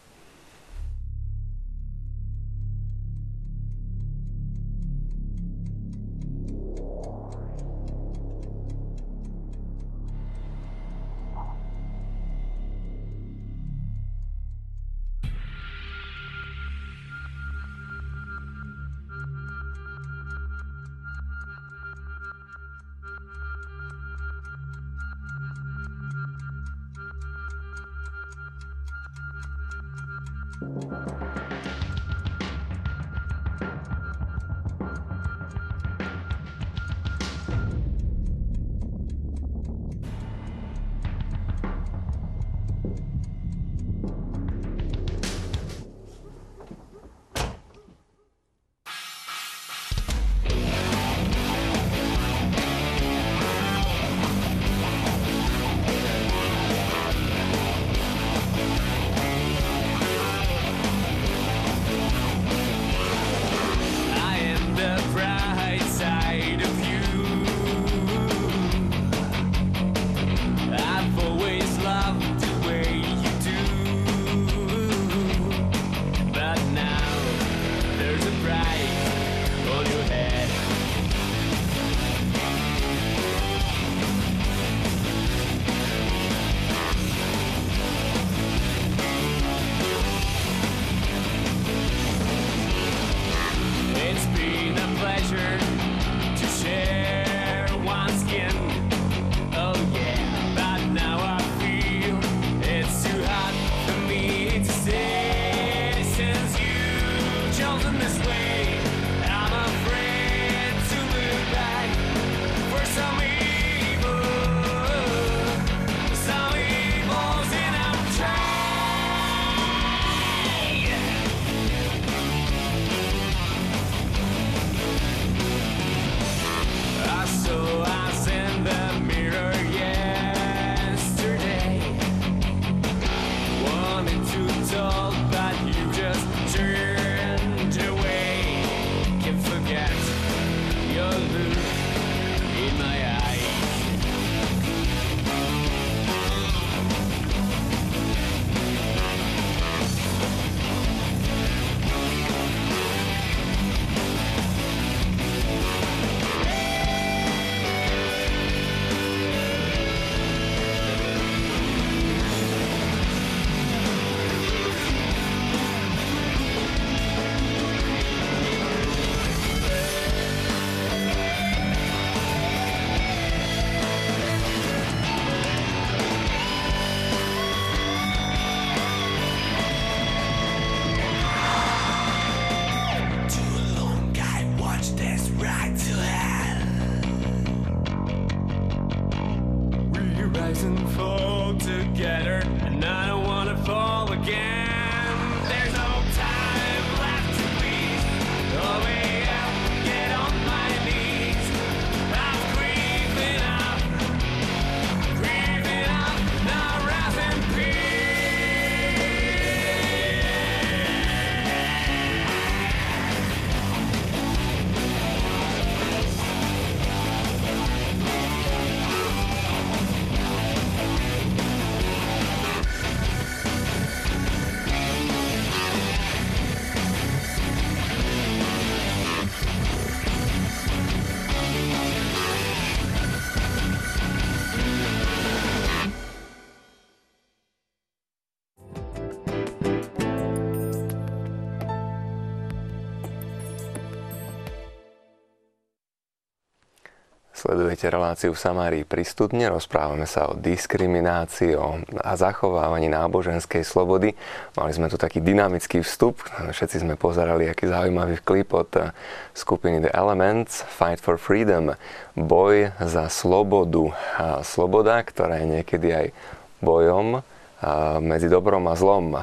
Sledujete reláciu v Samárii pri studni. Rozprávame sa o diskriminácii a zachovávaní náboženskej slobody. Mali sme tu taký dynamický vstup. Všetci sme pozerali, aký zaujímavý klip od skupiny The Elements, Fight for Freedom. Boj za slobodu. Sloboda, ktorá je niekedy aj bojom medzi dobrom a zlom.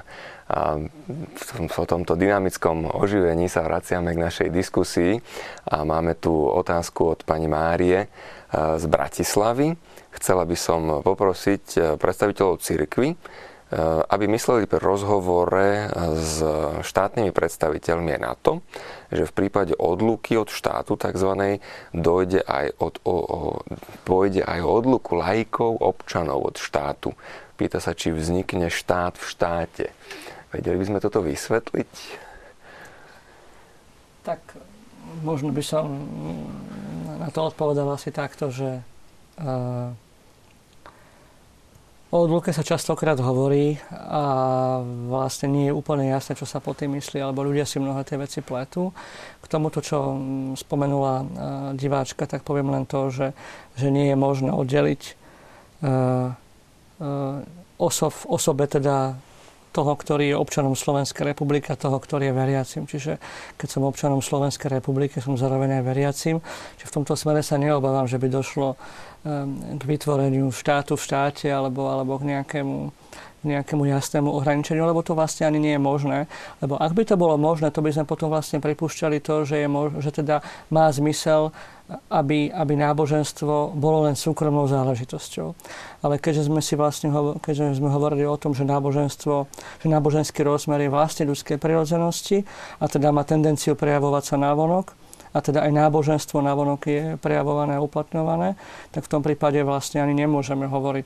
V tomto dynamickom oživení sa vraciame k našej diskusii a máme tu otázku od pani Márie z Bratislavy. Chcela by som poprosiť predstaviteľov cirkvi, aby mysleli pri rozhovore s štátnymi predstaviteľmi na to, že v prípade odluky od štátu takzvanej dojde aj o odluku laikov občanov od štátu. Pýta sa, či vznikne štát v štáte. Vedeli by sme toto vysvetliť? Tak možno by som na to odpovedal asi takto, že o odluke sa častokrát hovorí a vlastne nie je úplne jasné, čo sa pod tým myslí, alebo ľudia si mnohé tie veci pletú. K tomuto, čo spomenula diváčka, tak poviem len to, že nie je možné oddeliť osobe teda toho, ktorý je občanom Slovenskej republiky a toho, ktorý je veriacim. Čiže keď som občanom Slovenskej republiky, som zároveň aj veriacim. Čiže v tomto smere sa neobávam, že by došlo k vytvoreniu štátu v štáte alebo k nejakému jasnému ohraničeniu, lebo to vlastne ani nie je možné. Lebo ak by to bolo možné, to by sme potom vlastne pripúšťali to, že teda má zmysel, aby náboženstvo bolo len súkromnou záležitosťou. Ale keďže sme hovorili o tom, že náboženský rozmer je vlastne ľudskej prirodzenosti a teda má tendenciu prejavovať sa navonok, a teda aj náboženstvo navonok je prejavované a uplatňované, tak v tom prípade vlastne ani nemôžeme hovoriť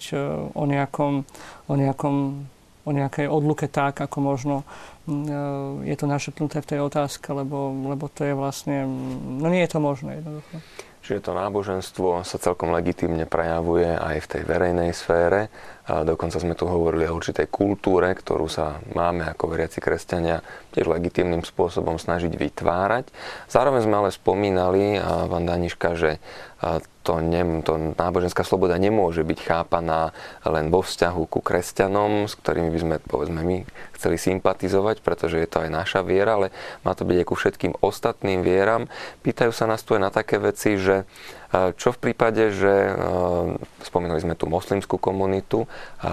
o nejakej odluke tak, ako možno je to našepnuté v tej otázke, lebo to je vlastne, nie je to možné jednoducho. Čiže to náboženstvo sa celkom legitímne prejavuje aj v tej verejnej sfére. A dokonca sme tu hovorili o určitej kultúre, ktorú sa máme ako veriaci kresťania tiež legitímnym spôsobom snažiť vytvárať. Zároveň sme ale spomínali, pán Daniška, že to náboženská sloboda nemôže byť chápaná len vo vzťahu ku kresťanom, s ktorými by sme, povedzme, my chceli sympatizovať, pretože je to aj naša viera, ale má to byť aj ku všetkým ostatným vieram. Pýtajú sa nás tu aj na také veci, že čo v prípade, že spomínali sme tú moslimskú komunitu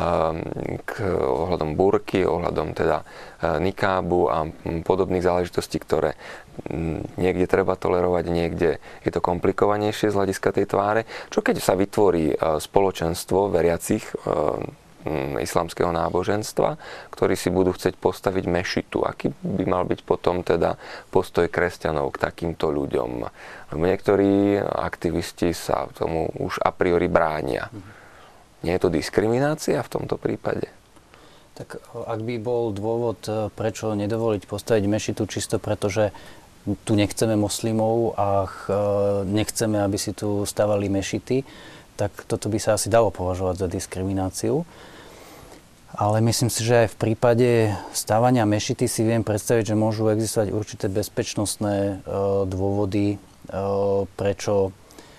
ohľadom burky, ohľadom teda nikábu a podobných záležitostí, ktoré niekde treba tolerovať, niekde je to komplikovanejšie z hľadiska tej tváre. Čo keď sa vytvorí spoločenstvo veriacich islamského náboženstva, ktorí si budú chcieť postaviť mešitu? Aký by mal byť potom teda postoj kresťanov k takýmto ľuďom? Lebo niektorí aktivisti sa tomu už a priori bránia. Nie je to diskriminácia v tomto prípade? Tak ak by bol dôvod, prečo nedovoliť postaviť mešitu, čisto preto, že tu nechceme moslimov a nechceme, aby si tu stavali mešity, tak toto by sa asi dalo považovať za diskrimináciu. Ale myslím si, že aj v prípade stavania mešity si viem predstaviť, že môžu existovať určité bezpečnostné dôvody, prečo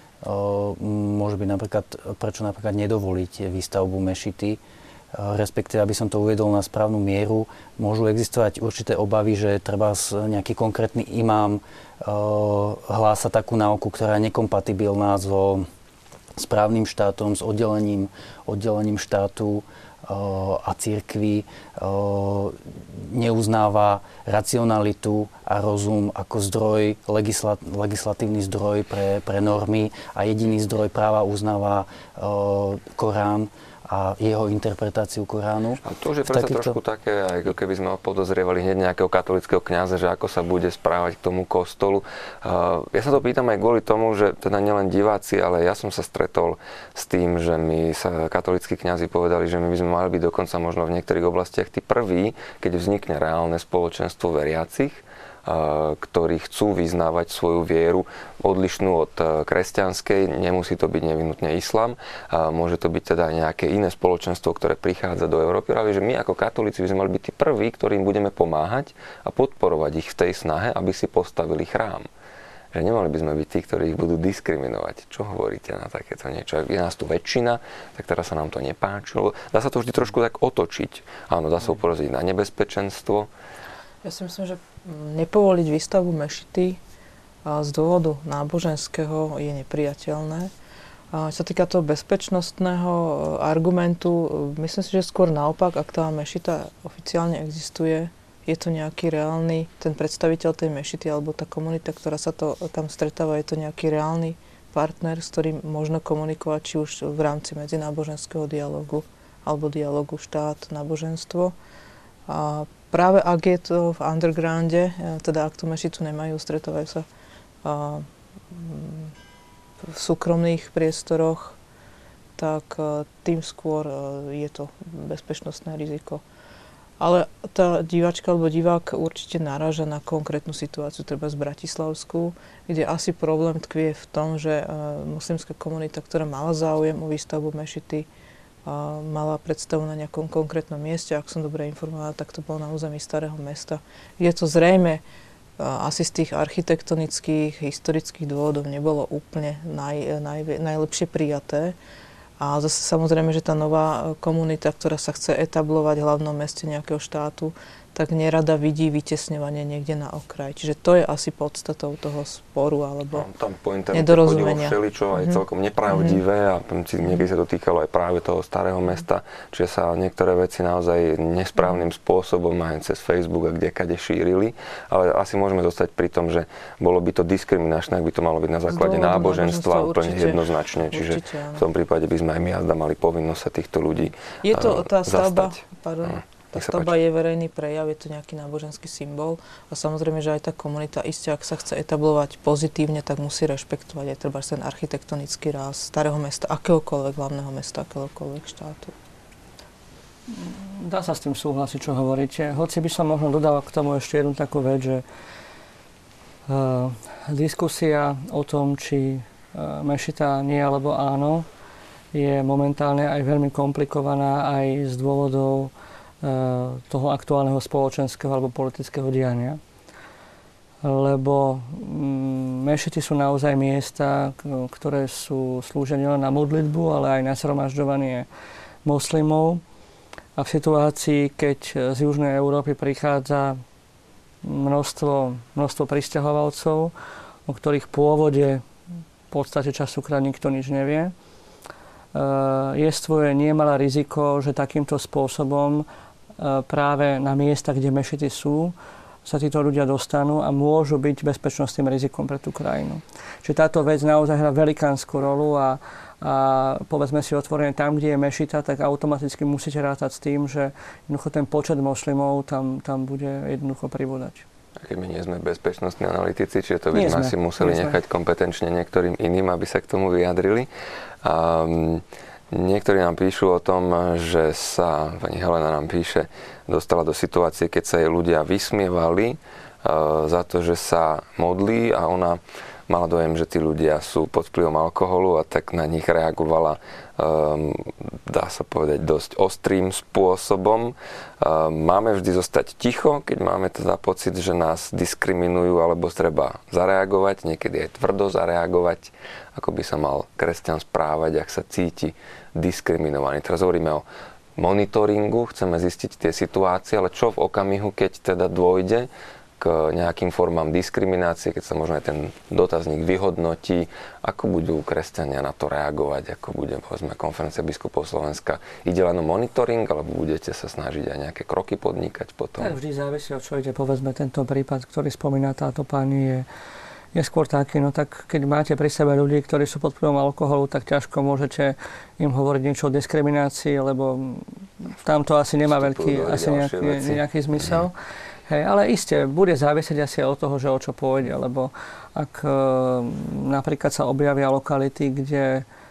môže byť prečo napríklad nedovoliť výstavbu mešity, respektíve, aby som to uviedol na správnu mieru, môžu existovať určité obavy, že treba nejaký konkrétny imám hlása takú náuku, ktorá je nekompatibilná so správnym štátom, s oddelením štátu a cirkvi, neuznáva racionalitu a rozum ako legislatívny zdroj pre normy a jediný zdroj práva uznáva Korán a jeho interpretáciu Koránu. A to už je predsa trošku také, ako keby sme podozrievali hneď nejakého katolického kňaza, že ako sa bude správať k tomu kostolu. Ja sa to pýtam aj kvôli tomu, že teda nielen diváci, ale ja som sa stretol s tým, že mi sa katolícki kňazi povedali, že my by sme mali byť dokonca možno v niektorých oblastiach tí prví, keď vznikne reálne spoločenstvo veriacich, ktorí chcú vyznávať svoju vieru odlišnú od kresťanskej. Nemusí to byť nevyhnutne islám. Môže to byť teda nejaké iné spoločenstvo, ktoré prichádza do Európy. Ale že my ako katolíci by sme mali byť tí prví, ktorým budeme pomáhať a podporovať ich v tej snahe, aby si postavili chrám. Že nemali by sme byť tí, ktorí ich budú diskriminovať. Čo hovoríte na takéto niečo? Ak je nás tu väčšina, tak teraz sa nám to nepáčilo. Dá sa to vždy trošku tak otočiť. Áno, dá sa upozorniť na nebezpečenstvo. Ja si myslím, že nepovoliť výstavbu mešity z dôvodu náboženského je nepriateľné. Čo sa týka toho bezpečnostného argumentu, myslím si, že skôr naopak, ak tá mešita oficiálne existuje, je to nejaký reálny, ten predstaviteľ tej mešity alebo tá komunita, ktorá sa tam stretáva, je to nejaký reálny partner, s ktorým možno komunikovať, či už v rámci medzináboženského dialógu alebo dialógu štát, náboženstvo. A práve ak je to v undergrounde, teda ak tú mešitu nemajú, stretávajú sa v súkromných priestoroch, tak tým skôr je to bezpečnostné riziko. Ale tá diváčka alebo divák určite naráža na konkrétnu situáciu, treba z Bratislavskú, kde asi problém tkvie v tom, že moslimská komunita, ktorá mala záujem o výstavbu mešity, mala predstavu na nejakom konkrétnom mieste, ak som dobre informovaná, tak to bolo na území Starého Mesta. Je to zrejme asi z tých architektonických, historických dôvodov nebolo úplne najlepšie prijaté. A zase samozrejme, že tá nová komunita, ktorá sa chce etablovať v hlavnom meste nejakého štátu, tak nerada vidí vytesňovanie niekde na okraj. Čiže to je asi podstatou toho sporu alebo nedorozumenia. Všeličo aj celkom nepravdivé a niekedy sa to týkalo aj práve toho starého mesta, čiže sa niektoré veci naozaj nesprávnym spôsobom aj cez Facebook a kdekade šírili, ale asi môžeme zostať pri tom, že bolo by to diskriminačné, ak by to malo byť na základe náboženstva úplne jednoznačne, čiže v tom prípade by sme aj my mali povinnosť sa týchto ľudí je to tá stavba, zastať. Tá stavba je verejný prejav, je to nejaký náboženský symbol a samozrejme, že aj tá komunita iste, ak sa chce etablovať pozitívne, tak musí rešpektovať aj treba ten architektonický ráz starého mesta, akéhokoľvek hlavného mesta, akéhokoľvek štátu. Dá sa s tým súhlasiť, čo hovoríte. Hoci by som možno dodal k tomu ešte jednu takú vec, že diskusia o tom, či mešita nie alebo áno, je momentálne aj veľmi komplikovaná aj z dôvodov toho aktuálneho spoločenského alebo politického diania. Lebo mešity sú naozaj miesta, ktoré slúžia nielen na modlitbu, ale aj na zhromažďovanie moslimov. A v situácii, keď z južnej Európy prichádza množstvo prisťahovalcov, o ktorých pôvode v podstate častokrát nikto nič nevie, jestvuje nemalé riziko, že takýmto spôsobom práve na miesta, kde mešity sú, sa títo ľudia dostanú a môžu byť bezpečnostným rizikom pre tú krajinu. Čiže táto vec naozaj hrá velikánsku rolu a povedzme si otvorene, tam, kde je mešita, tak automaticky musíte rátať s tým, že jednoducho ten počet moslimov tam bude jednoducho pribúdať. A keď my nie sme bezpečnostní analytici, čiže to by sme asi museli nechať kompetenčne niektorým iným, aby sa k tomu vyjadrili. Niektorí nám píšu o tom, že sa, pani Helena nám píše, dostala do situácie, keď sa jej ľudia vysmievali za to, že sa modlí a ona mala dojem, že tí ľudia sú pod vplyvom alkoholu a tak na nich reagovala, dá sa povedať, dosť ostrým spôsobom. Máme vždy zostať ticho, keď máme teda pocit, že nás diskriminujú, alebo treba zareagovať, niekedy aj tvrdo zareagovať, ako by sa mal kresťan správať, ak sa cíti diskriminovaný. Teraz hovoríme o monitoringu, chceme zistiť tie situácie, ale čo v okamihu, keď teda dôjde k nejakým formám diskriminácie, keď sa možno aj ten dotazník vyhodnotí, ako budú kresťania na to reagovať, ako bude, povedzme, konferencia biskupov Slovenska. Ide len o monitoring, alebo budete sa snažiť aj nejaké kroky podnikať potom? Tak vždy závisí, o čo ide. Povedzme, tento prípad, ktorý spomína táto pani, je skôr taký, no tak keď máte pri sebe ľudí, ktorí sú pod vplyvom alkoholu, tak ťažko môžete im hovoriť niečo o diskriminácii, lebo tam to asi nemá nejaký zmysel. Hej, ale iste, bude závisieť asi od toho, že o čo pôjde, lebo ak napríklad sa objavia lokality, kde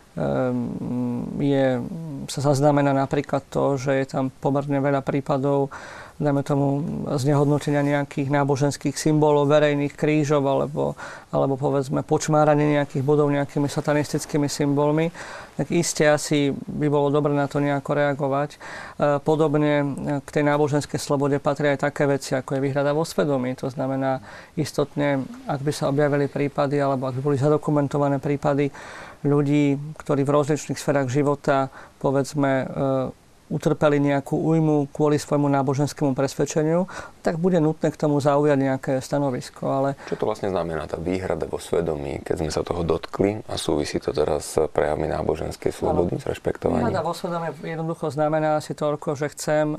sa zaznamená napríklad to, že je tam pomerne veľa prípadov, dajme tomu, znehodnotenia nejakých náboženských symbolov, verejných krížov alebo povedzme počmáranie nejakých bodov nejakými satanistickými symbolmi, tak iste asi by bolo dobre na to nejako reagovať. Podobne k tej náboženskej slobode patria aj také veci, ako je výhrada vo svedomí. To znamená, istotne, ak by sa objavili prípady alebo ak by boli zadokumentované prípady ľudí, ktorí v rozličných sférach života, povedzme, utrpeli nejakú újmu kvôli svojmu náboženskému presvedčeniu, tak bude nutné k tomu zaujať nejaké stanovisko. Ale čo to vlastne znamená, tá výhrada vo svedomí, keď sme sa toho dotkli a súvisí to teraz s prejavmi náboženskej slobody, s rešpektovaním? Výhrada vo svedomí jednoducho znamená asi toľko, že chcem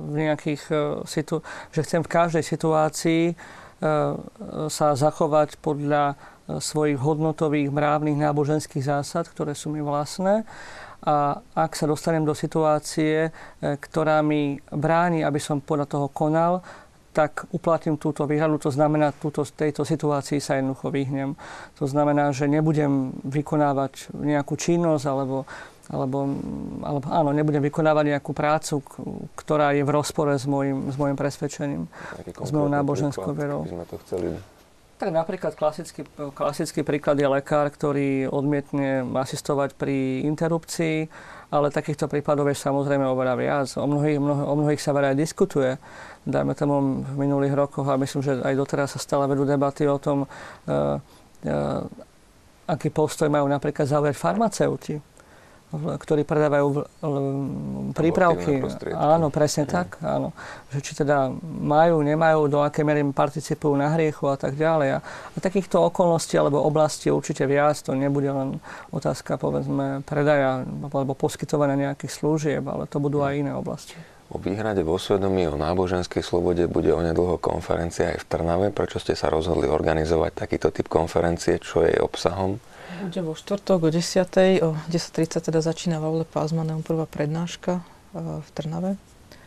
v každej situácii sa zachovať podľa svojich hodnotových, mravných, náboženských zásad, ktoré sú mi vlastné. A ak sa dostanem do situácie, ktorá mi bráni, aby som podľa toho konal, tak uplatním túto výhradu. To znamená, tejto situácii sa jednoducho vyhnem. To znamená, že nebudem vykonávať nejakú činnosť alebo áno, nebudem vykonávať nejakú prácu, ktorá je v rozpore s môjim presvedčením, s mojou náboženskou vierou. Tak napríklad klasický príklad je lekár, ktorý odmietne asistovať pri interrupcii, ale takýchto prípadov je samozrejme oveľa viac. O mnohých sa veľa aj diskutuje. Dajme tomu v minulých rokoch, a myslím, že aj doteraz sa stále vedú debaty o tom, aký postoj majú napríklad zaujať farmaceuti. ktorí predávajú prípravky. Áno, presne tak. Áno. Že či teda majú, nemajú, do akej miery participujú na hriechu a tak ďalej. A takýchto okolností alebo oblastí určite viac. To nebude len otázka, povedzme, predaja alebo poskytovania nejakých služieb, ale to budú aj iné oblasti. O výhrade vo svedomí o náboženskej slobode bude onedlho konferencia aj v Trnave. Prečo ste sa rozhodli organizovať takýto typ konferencie? Čo je jej obsahom? Bude vo štvrtok o 10:00. O 10:30 teda začína v aule Pázmaneum prvá prednáška v Trnave.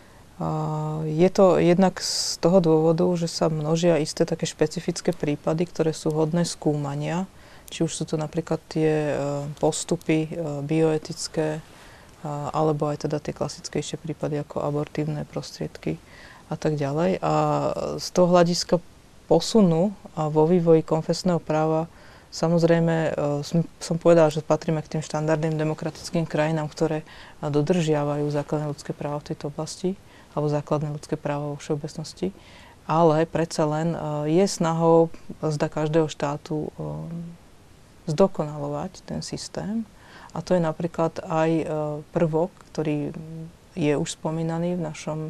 Je to jednak z toho dôvodu, že sa množia isté také špecifické prípady, ktoré sú hodné skúmania. Či už sú to napríklad tie postupy bioetické, alebo aj teda tie klasickejšie prípady ako abortívne prostriedky a tak ďalej. A z toho hľadiska posunu a vo vývoji konfesného práva samozrejme som povedala, že patríme k tým štandardným demokratickým krajinám, ktoré dodržiavajú základné ľudské práva v tejto oblasti, alebo základné ľudské práva vo všeobecnosti. Ale predsa len je snahou zda každého štátu zdokonalovať ten systém. A to je napríklad aj prvok, ktorý je už spomínaný v našom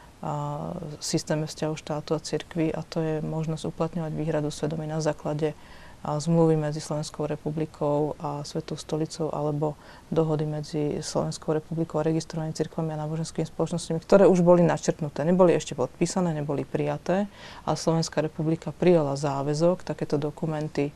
systéme vzťahov štátu a cirkvi, a to je možnosť uplatňovať výhradu svedomí na základe zmluvy medzi Slovenskou republikou a Svetou stolicou alebo dohody medzi Slovenskou republikou a registrovanými cirkvami a náboženskými spoločnosťami, ktoré už boli načrtnuté. Neboli ešte podpísané, neboli prijaté, ale Slovenská republika prijala záväzok takéto dokumenty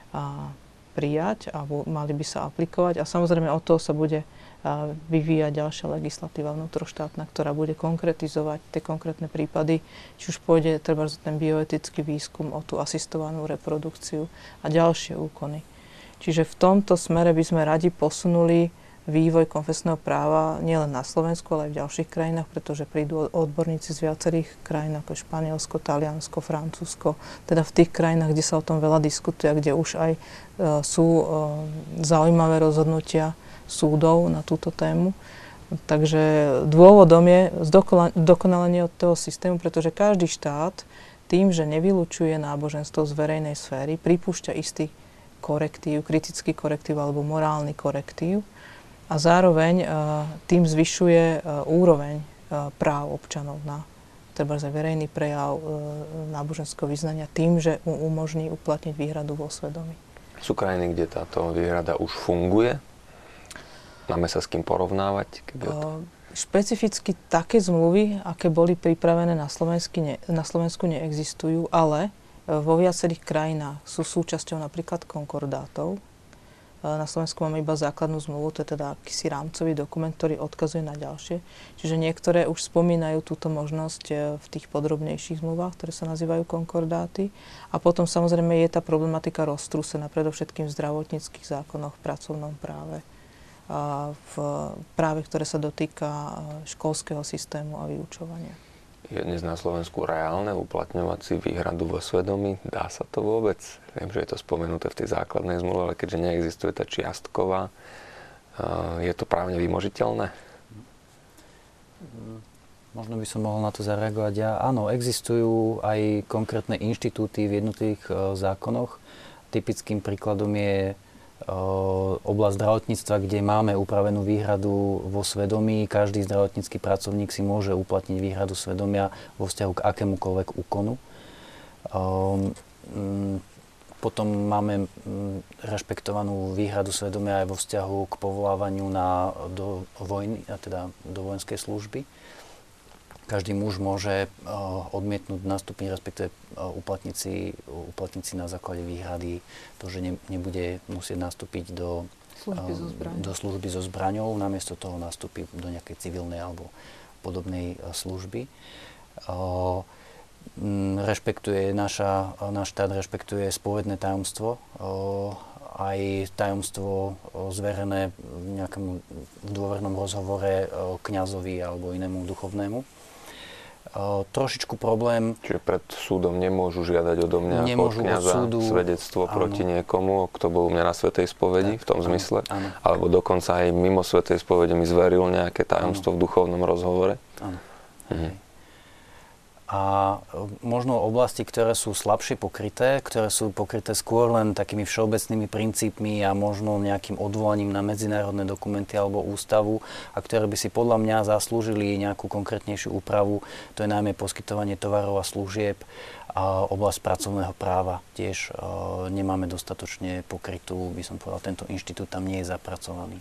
prijať a mali by sa aplikovať. A samozrejme od toho sa bude vyvíjať ďalšia legislatíva vnútroštátna, ktorá bude konkretizovať tie konkrétne prípady, či už pôjde treba ten bioetický výskum, o tú asistovanú reprodukciu a ďalšie úkony. Čiže v tomto smere by sme radi posunuli vývoj konfesného práva nielen na Slovensku, ale aj v ďalších krajinách, pretože prídu odborníci z viacerých krajín, ako Španielsko, Taliansko, Francúzsko, teda v tých krajinách, kde sa o tom veľa diskutuje, kde už aj sú zaujímavé rozhodnutia súdov na túto tému. Takže dôvodom je zdokonalenie od toho systému, pretože každý štát tým, že nevylučuje náboženstvo z verejnej sféry, pripúšťa istý korektív, kritický korektív alebo morálny korektív a zároveň tým zvyšuje úroveň práv občanov na treba za verejný prejav náboženského vyznania tým, že umožní uplatniť výhradu vo svedomí. Sú krajiny, kde táto výhrada už funguje? Máme sa s kým porovnávať? Špecificky také zmluvy, aké boli pripravené na Slovensku, neexistujú, ale vo viacerých krajinách sú súčasťou napríklad konkordátov. Na Slovensku máme iba základnú zmluvu, to je teda akýsi rámcový dokument, ktorý odkazuje na ďalšie. Čiže niektoré už spomínajú túto možnosť v tých podrobnejších zmluvách, ktoré sa nazývajú konkordáty. A potom samozrejme je tá problematika roztrúsená, predovšetkým v zdravotníckych zákonoch, v pracovnom práve. V práve, ktoré sa dotýka školského systému a vyučovania. Je dnes na Slovensku reálne uplatňovať si výhradu vo svedomí? Dá sa to vôbec? Viem, že je to spomenuté v tej základnej zmluve, ale keďže neexistuje tá čiastková, je to právne vymožiteľné? Možno by som mohol na to zareagovať ja. Áno, existujú aj konkrétne inštitúty v jednotlivých zákonoch. Typickým príkladom je oblasť zdravotníctva, kde máme upravenú výhradu vo svedomí. Každý zdravotnícky pracovník si môže uplatniť výhradu svedomia vo vzťahu k akémukoľvek úkonu. Potom máme rešpektovanú výhradu svedomia aj vo vzťahu k povolávaniu do vojny, a teda do vojenskej služby. Každý muž môže odmietnúť nastúpiť, respektíve uplatniť si na základe výhrady to, že nebude musieť nastúpiť do služby so zbraňou, namiesto toho nastúpi do nejakej civilnej alebo podobnej služby. Náš štát rešpektuje spovedné tajomstvo, aj tajomstvo zverené v nejakom dôvernom rozhovore kňazovi alebo inému duchovnému. Trošičku problém... Čiže pred súdom nemôžu žiadať odo mňa ako kňaza svedectvo proti niekomu, kto bol u mňa na svätej spovedi, v tom zmysle. Áno. Alebo dokonca aj mimo svätej spovede mi zveril nejaké tajomstvo v duchovnom rozhovore. Áno. A možno oblasti, ktoré sú slabšie pokryté, ktoré sú pokryté skôr len takými všeobecnými princípmi a možno nejakým odvolaním na medzinárodné dokumenty alebo ústavu a ktoré by si podľa mňa zaslúžili nejakú konkrétnejšiu úpravu, to je najmä poskytovanie tovarov a služieb a oblasť pracovného práva. Tiež nemáme dostatočne pokrytú, by som povedal, tento inštitút tam nie je zapracovaný.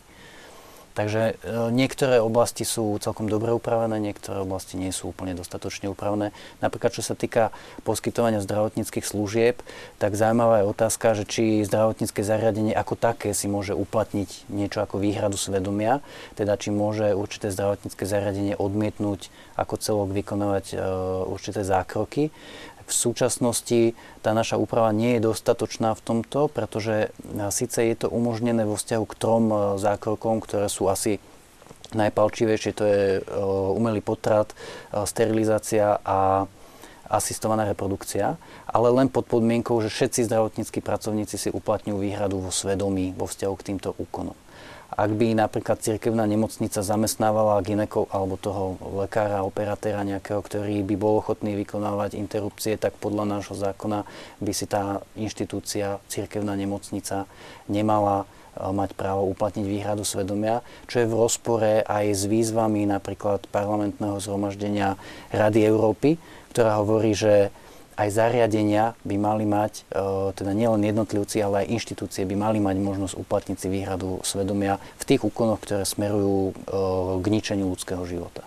Takže niektoré oblasti sú celkom dobre upravené, niektoré oblasti nie sú úplne dostatočne upravené. Napríklad, čo sa týka poskytovania zdravotníckych služieb, tak zaujímavá je otázka, že či zdravotnícke zariadenie ako také si môže uplatniť niečo ako výhradu svedomia, teda či môže určité zdravotnícke zariadenie odmietnúť ako celok vykonávať určité zákroky. V súčasnosti tá naša úprava nie je dostatočná v tomto, pretože síce je to umožnené vo vzťahu k 3 zákrokom, ktoré sú asi najpalčivejšie, to je umelý potrat, sterilizácia a asistovaná reprodukcia, ale len pod podmienkou, že všetci zdravotníckí pracovníci si uplatňujú výhradu vo svedomí vo vzťahu k týmto úkonom. Ak by napríklad cirkevná nemocnica zamestnávala gynekov alebo toho lekára, operatéra nejakého, ktorý by bol ochotný vykonávať interrupcie, tak podľa nášho zákona by si tá inštitúcia, cirkevná nemocnica nemala mať právo uplatniť výhradu svedomia, čo je v rozpore aj s výzvami napríklad parlamentného zhromaždenia Rady Európy, ktorá hovorí, že aj zariadenia by mali mať, teda nielen jednotlivci, ale aj inštitúcie by mali mať možnosť uplatniť si výhradu svedomia v tých úkonoch, ktoré smerujú k ničeniu ľudského života.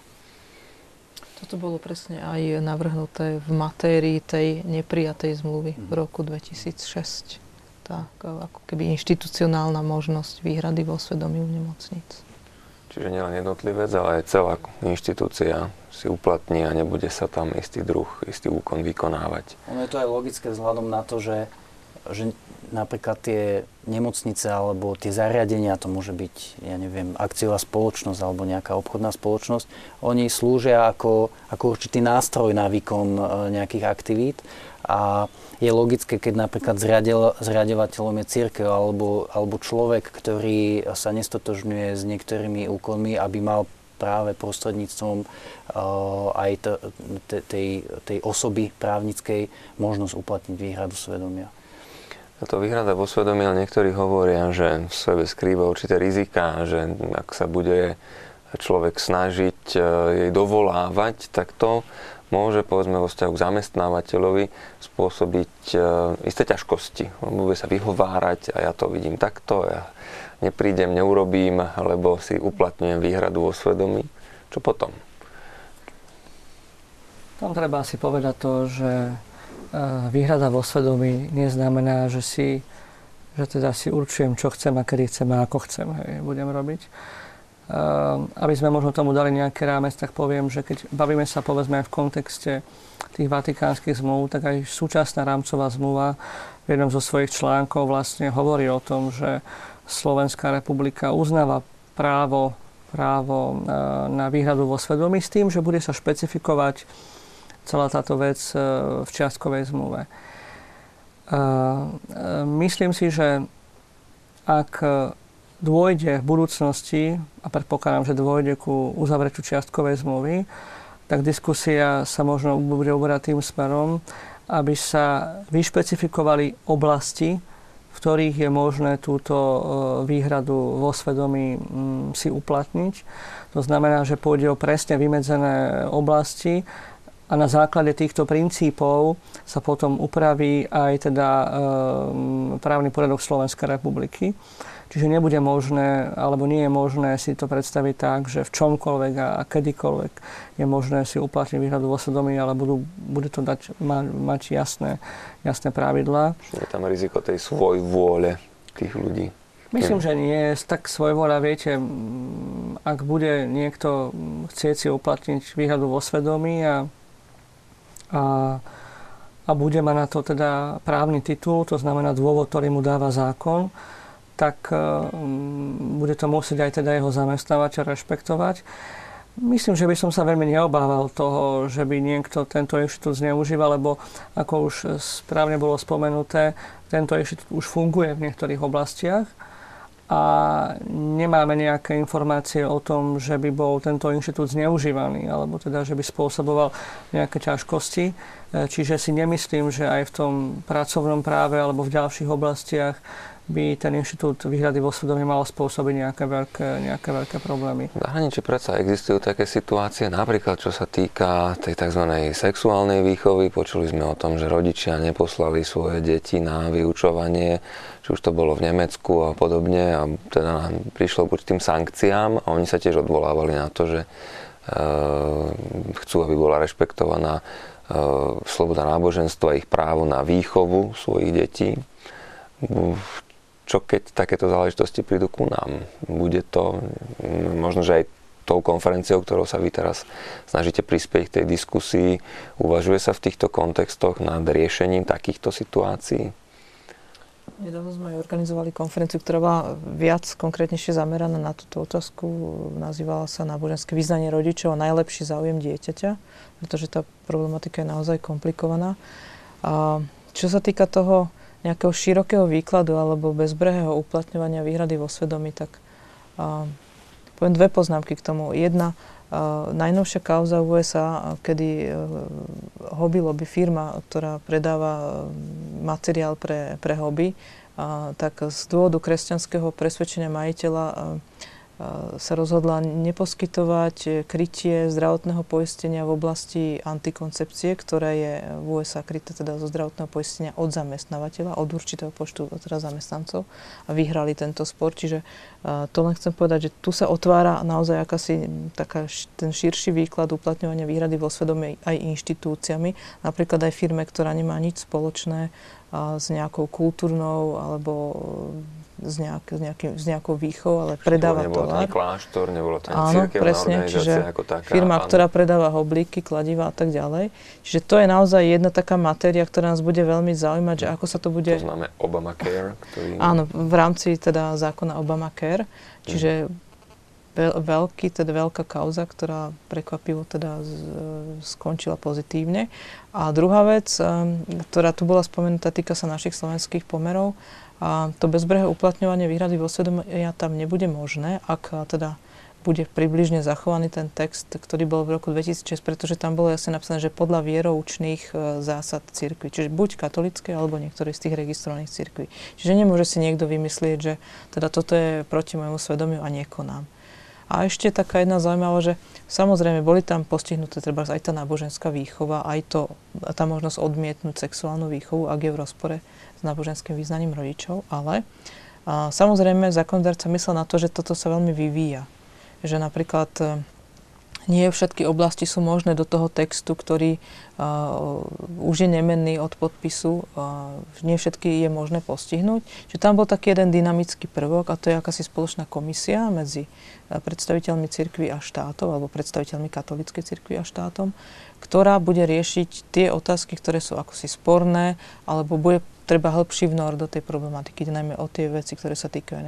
Toto bolo presne aj navrhnuté v matérii tej neprijatej zmluvy v roku 2006. Tak, ako keby inštitucionálna možnosť výhrady vo svedomí u nemocníc. Čiže nielen jednotlivec, ale aj celá inštitúcia si uplatní a nebude sa tam istý úkon vykonávať. Ono je to aj logické vzhľadom na to, že napríklad tie nemocnice alebo tie zariadenia, to môže byť, ja neviem, akciová spoločnosť alebo nejaká obchodná spoločnosť, oni slúžia ako určitý nástroj na výkon nejakých aktivít a je logické, keď napríklad zriaďovateľom je cirkev alebo človek, ktorý sa nestotožňuje s niektorými úkonmi, aby mal práve prostredníctvom aj tej osoby právnickej možnosť uplatniť výhradu svedomia. Táto výhrada vo svedomí, ale niektorí hovoria, že v sebe skrýva určité rizika, že ak sa bude človek snažiť jej dovolávať, tak to môže, povedzme, vo vzťahu k zamestnávateľovi spôsobiť isté ťažkosti. On bude sa vyhovárať a ja to vidím takto, ja neprídem, neurobím, alebo si uplatňujem výhradu vo svedomí. Čo potom? Tam treba si povedať to, že výhrada vo svedomí neznamená, že si určujem, čo chcem a kedy chcem a ako chcem, budem robiť. Aby sme možno tomu dali nejaký rámec, tak poviem, že keď bavíme sa povedzme aj v kontexte tých vatikánskych zmluv, tak aj súčasná rámcová zmluva v jednom zo svojich článkov vlastne hovorí o tom, že Slovenská republika uznáva právo na výhradu vo svedomí s tým, že bude sa špecifikovať celá táto vec v čiastkovej zmluve. Myslím si, že ak dôjde v budúcnosti, a predpokladám, že dôjde ku uzavretiu čiastkovej zmluvy, tak diskusia sa možno bude uberať tým smerom, aby sa vyšpecifikovali oblasti, v ktorých je možné túto výhradu vo svedomí si uplatniť. To znamená, že pôjde o presne vymedzené oblasti a na základe týchto princípov sa potom upraví aj teda právny poriadok Slovenskej republiky. Čiže nebude možné, alebo nie je možné si to predstaviť tak, že v čomkoľvek a kedykoľvek je možné si uplatniť výhradu vo svedomí, ale bude to mať jasné pravidlá. Je tam riziko tej svojvôle tých ľudí. Myslím, že nie. Tak svojvôľa, viete, ak bude niekto chcieť si uplatniť výhradu vo svedomí a bude mať na to teda právny titul, to znamená dôvod, ktorý mu dáva zákon, tak bude to musieť aj teda jeho zamestnávateľ rešpektovať. Myslím, že by som sa veľmi neobával toho, že by niekto tento inštitút zneužíval, lebo ako už správne bolo spomenuté, tento inštitút už funguje v niektorých oblastiach a nemáme nejaké informácie o tom, že by bol tento inštitút zneužívaný alebo teda, že by spôsoboval nejaké ťažkosti. Čiže si nemyslím, že aj v tom pracovnom práve alebo v ďalších oblastiach by ten inštitút výhrady vo svedomí mal spôsobiť nejaké veľké problémy. V zahraničí predsa existujú také situácie, napríklad čo sa týka tej tzv. Sexuálnej výchovy. Počuli sme o tom, že rodičia neposlali svoje deti na vyučovanie, či už to bolo v Nemecku a podobne, a teda prišlo k určitým sankciám a oni sa tiež odvolávali na to, že chcú, aby bola rešpektovaná sloboda náboženstva, ich právo na výchovu svojich detí. Čo keď takéto záležitosti prídu ku nám? Bude to možno, že aj tou konferenciou, ktorou sa vy teraz snažíte prispieť k tej diskusii, uvažuje sa v týchto kontextoch nad riešením takýchto situácií? Nedávno sme organizovali konferenciu, ktorá bola viac konkrétnejšie zameraná na túto otázku. Nazývala sa Náboženské vyznanie rodičov a najlepší záujem dieťaťa, pretože tá problematika je naozaj komplikovaná. A čo sa týka toho nejakého širokého výkladu alebo bezbrehého uplatňovania výhrady vo svedomí, tak poviem dve poznámky k tomu. Jedna, najnovšia kauza v USA, kedy Hobby Lobby, firma, ktorá predáva materiál pre hobby, tak z dôvodu kresťanského presvedčenia majiteľa sa rozhodla neposkytovať krytie zdravotného poistenia v oblasti antikoncepcie, ktoré je v USA kryté teda zo zdravotného poistenia od zamestnávateľa, od určitého počtu teda zamestnancov, a vyhrali tento spor. Čiže to len chcem povedať, že tu sa otvára naozaj akási ten širší výklad uplatňovania výhrady vo svedomí aj inštitúciami, napríklad aj firme, ktorá nemá nič spoločné s nejakou kultúrnou alebo s nejakou výchovou, ale predáva nebolo tovar. Nebolo to ani kláštor, nebolo to ani cirkevná organizácia ako taká. Firma, ktorá predáva hoblíky, kladiva a tak ďalej. Čiže to je naozaj jedna taká matéria, ktorá nás bude veľmi zaujímať, že ako sa to bude... To znamená Obamacare, ktorý... Áno, v rámci teda zákona Obamacare. Čiže veľká kauza, ktorá prekvapivo teda skončila pozitívne. A druhá vec, ktorá tu bola spomenutá, týka sa našich slovenských pomerov. A to bezbrehé uplatňovanie výhrady vo svedomí tam nebude možné, ak teda bude približne zachovaný ten text, ktorý bol v roku 2006, pretože tam bolo jasne napísané, že podľa vieroučných zásad cirkvi, čiže buď katolíckej, alebo niektoré z tých registrovaných cirkví. Čiže nemôže si niekto vymyslieť, že teda toto je proti môjmu svedomiu a nekonám. A ešte taká jedna zaujímavá, že samozrejme boli tam postihnuté treba aj tá náboženská výchova, aj tá možnosť odmietnúť sexuálnu výchovu, ak je v rozpore s náboženským vyznaním rodičov, ale samozrejme zákonodárca myslel na to, že toto sa veľmi vyvíja. Že napríklad nie všetky oblasti sú možné do toho textu, ktorý už je nemenný od podpisu, nie všetky je možné postihnúť. Čiže tam bol taký jeden dynamický prvok, a to je akási spoločná komisia medzi predstaviteľmi cirkvi a štátov, alebo predstaviteľmi katolíckej cirkvi a štátom, ktorá bude riešiť tie otázky, ktoré sú akosi sporné, alebo bude treba hĺbší vnor do tej problematiky, najmä o tie veci, ktoré sa týkajú,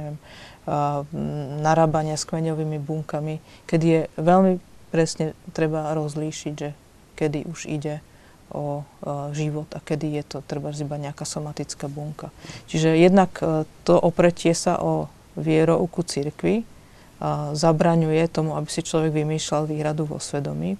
narábania s kmeňovými bunkami, kedy je veľmi presne treba rozlíšiť, že kedy už ide o život a kedy je to treba iba nejaká somatická bunka. Čiže jednak to opretie sa o vierouku cirkvi zabraňuje tomu, aby si človek vymýšľal výhradu vo svedomí.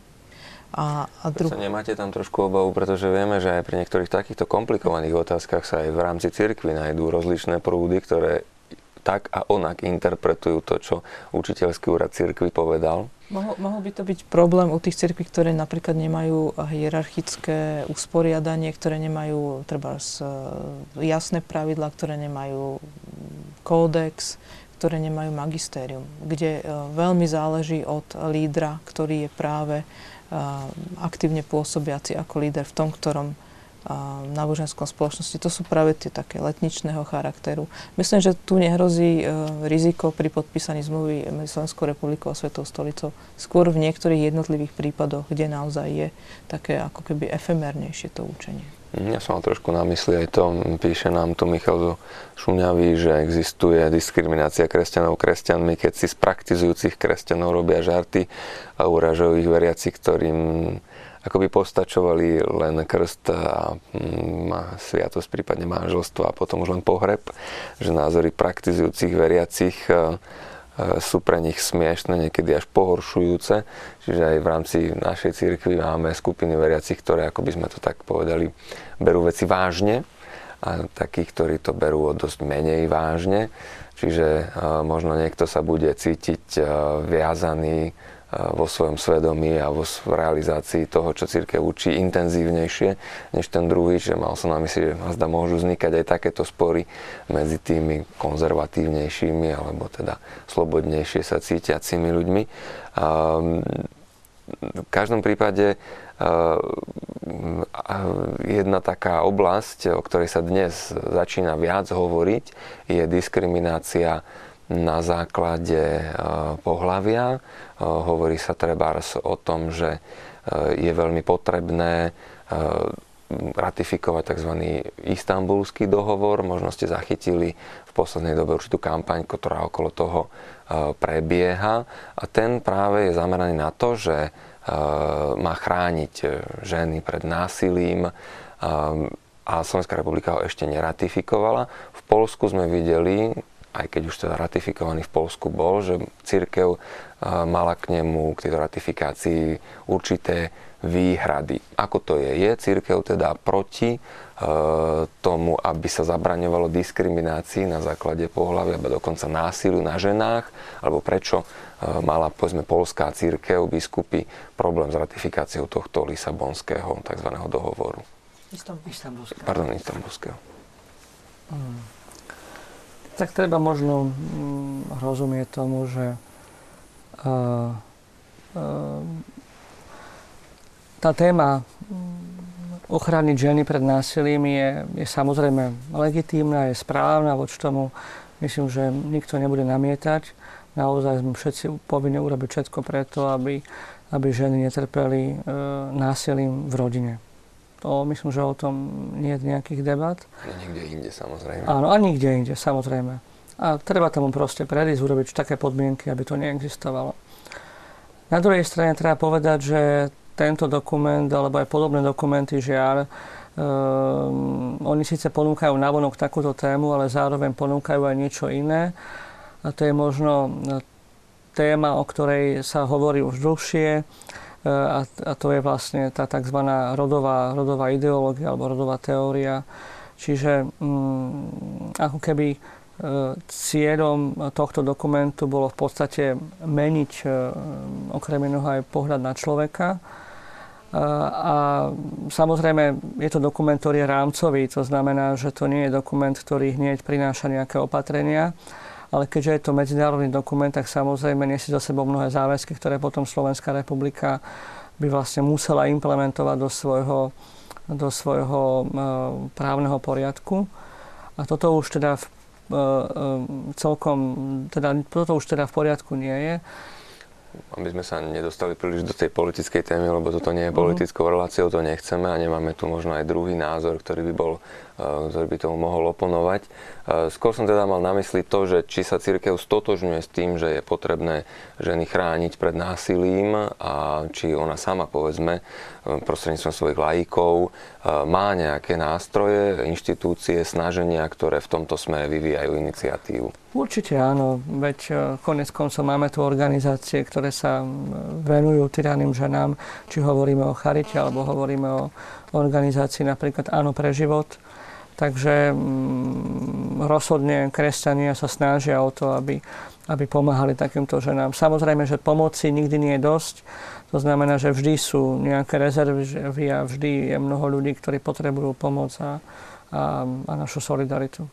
Nemáte tam trošku obavu, pretože vieme, že aj pri niektorých takýchto komplikovaných otázkach sa aj v rámci cirkvi nájdú rozličné prúdy, ktoré tak a onak interpretujú to, čo učiteľský úrad cirkvi povedal. Mohol by to byť problém u tých cirkví, ktoré napríklad nemajú hierarchické usporiadanie, ktoré nemajú jasné pravidlá, ktoré nemajú kódex, ktoré nemajú magistérium, kde veľmi záleží od lídra, ktorý je práve aktívne pôsobiaci ako líder v tom, ktorom náboženskom spoločnosti. To sú práve tie také letničného charakteru. Myslím, že tu nehrozí riziko pri podpísaní zmluvy medzi Slovenskou republikou a Svetou stolicou. Skôr v niektorých jednotlivých prípadoch, kde naozaj je také ako keby efemérnejšie to učenie. Ja som mal trošku na mysli aj to, píše nám tu Michal Šuňavý, že existuje diskriminácia kresťanov kresťanmi, keď si z praktizujúcich kresťanov robia žarty a uražujú ich veriaci, ktorým ako by postačovali len krst a sviatosť, prípadne manželstvo a potom už len pohreb, že názory praktizujúcich veriacich sú pre nich smiešne, niekedy až pohoršujúce. Čiže aj v rámci našej cirkvi máme skupiny veriacich, ktoré, ako by sme to tak povedali, berú veci vážne a takých, ktorí to berú o dosť menej vážne. Čiže možno niekto sa bude cítiť viazaný vo svojom svedomí a vo realizácii toho, čo cirkev učí, intenzívnejšie než ten druhý. Čiže mal som na mysli, že zda môžu vznikať aj takéto spory medzi tými konzervatívnejšími alebo teda slobodnejšie sa cítiacimi ľuďmi. V každom prípade jedna taká oblasť, o ktorej sa dnes začína viac hovoriť, je diskriminácia na základe pohlavia. Hovorí sa trebárs o tom, že je veľmi potrebné ratifikovať tzv. Istanbulský dohovor. Možno ste zachytili v poslednej dobe určitú kampaň, ktorá okolo toho prebieha. A ten práve je zameraný na to, že má chrániť ženy pred násilím a Slovenská republika ho ešte neratifikovala. V Poľsku sme videli, aj keď už teda ratifikovaný v Poľsku bol, že cirkev mala k nemu, k tejto ratifikácii určité výhrady. Ako to je? Je cirkev teda proti tomu, aby sa zabraňovalo diskriminácii na základe pohlavia, alebo dokonca násiliu na ženách? Alebo prečo mala, povedzme, poľská cirkev, biskupy, problém s ratifikáciou tohto lisabonského tzv. Dohovoru? Istanbulského. Tak treba možno rozumieť tomu, že tá téma ochrániť ženy pred násilím je samozrejme legitímna, je správna, voči tomu myslím, že nikto nebude namietať. Naozaj sme všetci povinni urobiť všetko preto, aby ženy netrpeli násilím v rodine. To myslím, že o tom nie je nejakých debat. A nikde inde, samozrejme. Áno, a nikde inde, samozrejme. A treba tomu proste predísť, urobiť také podmienky, aby to neexistovalo. Na druhej strane treba povedať, že tento dokument, alebo aj podobné dokumenty, žiaľ, oni síce ponúkajú navonok takúto tému, ale zároveň ponúkajú aj niečo iné. A to je možno téma, o ktorej sa hovorí už dlhšie, a to je vlastne tá tzv. rodová ideológia alebo rodová teória. Čiže ako keby cieľom tohto dokumentu bolo v podstate meniť okrem iného aj pohľad na človeka. A samozrejme je to dokument, ktorý je rámcový, to znamená, že to nie je dokument, ktorý hneď prináša nejaké opatrenia, ale keďže je to medzinárodný dokument, tak samozrejme nesie za sebou mnohé záväzky, ktoré potom Slovenská republika by vlastne musela implementovať do svojho právneho poriadku. A toto už teda toto už teda v poriadku nie je. Aby sme sa nedostali príliš do tej politickej témy, lebo toto nie je politickou reláciou, to nechceme a nemáme tu možno aj druhý názor, ktorý by tomu mohol oponovať. Skôr som teda mal na mysli to, že či sa cirkev stotožňuje s tým, že je potrebné ženy chrániť pred násilím a či ona sama, povedzme, prostredníctvom svojich laikov má nejaké nástroje, inštitúcie, snaženia, ktoré v tomto smere vyvíjajú iniciatívu. Určite áno, veď konec koncov máme tu organizácie, ktoré sa venujú tyranným ženám, či hovoríme o charite, alebo hovoríme o organizácii napríklad Áno pre život. Takže rozhodne kresťania sa snažia o to, aby pomáhali takýmto ženám. Samozrejme, že pomoci nikdy nie je dosť. To znamená, že vždy sú nejaké rezervy a vždy je mnoho ľudí, ktorí potrebujú pomoc a našu solidaritu.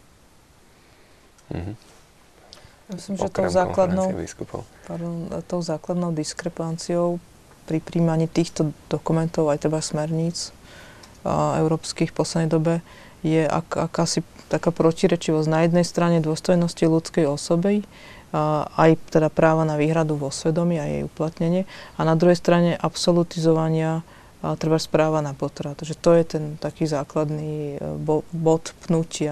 Myslím, že tou základnou diskrepanciou pri príjmaní týchto dokumentov, aj teda smerníc európskych v poslednej dobe, je akási taká protirečivosť. Na jednej strane dôstojnosti ľudskej osoby, aj teda práva na výhradu vo svedomí a jej uplatnenie, a na druhej strane absolutizovania treba práva na potrat. Takže to je ten taký základný bod pnutia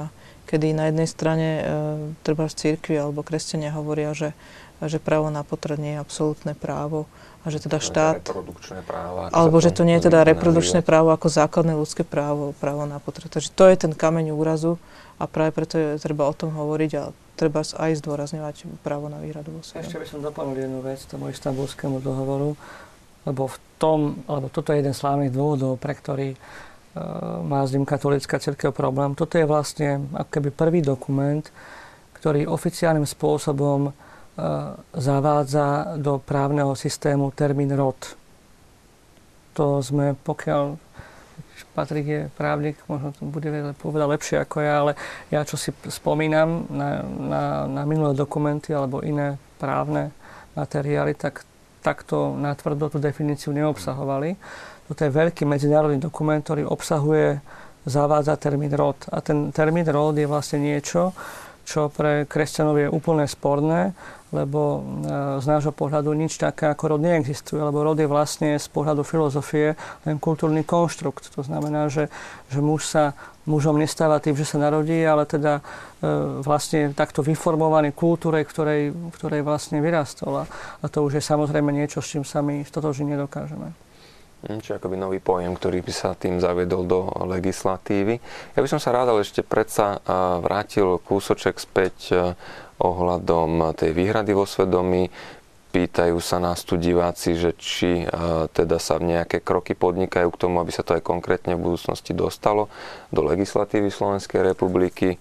kedy na jednej strane treba z cirkvi alebo kresťania hovoria, že právo na potrat nie je absolútne právo a že teda štát... Reprodukčné práva. Alebo že to nie je teda reprodukčné právo ako základné ľudské právo na potrat. Takže to je ten kameň úrazu a práve preto je treba o tom hovoriť a treba aj zdôrazňovať právo na výhradu vo svete. Ešte by som doplnil jednu vec tomu Istanbulskému dohovoru, lebo toto je jeden z hlavných dôvodov, pre ktorý má s ním katolícka cirkev problém. Toto je vlastne ako keby prvý dokument, ktorý oficiálnym spôsobom zavádza do právneho systému termín rod. To sme, pokiaľ Patrik je právnik, možno to bude povedať lepšie ako ja, ale ja čo si spomínam na minulé dokumenty alebo iné právne materiály, tak takto natvrdo tú definíciu neobsahovali. Toto je veľký medzinárodný dokument, ktorý zavádza termín rod. A ten termín rod je vlastne niečo, čo pre kresťanov je úplne sporné, lebo z nášho pohľadu nič také ako rod neexistuje, lebo rod je vlastne z pohľadu filozofie len kultúrny konštrukt. To znamená, že muž sa mužom nestáva tým, že sa narodí, ale teda vlastne takto vyformovaný kultúre, ktorej vlastne vyrastol. A to už je samozrejme niečo, s čím sa my stotožniť nedokážeme. Čiže akoby nový pojem, ktorý by sa tým zaviedol do legislatívy. Ja by som sa rád ale ešte predsa vrátil kúsoček späť ohľadom tej výhrady vo svedomí. Pýtajú sa nás tu diváci, že či teda sa nejaké kroky podnikajú k tomu, aby sa to aj konkrétne v budúcnosti dostalo do legislatívy Slovenskej republiky.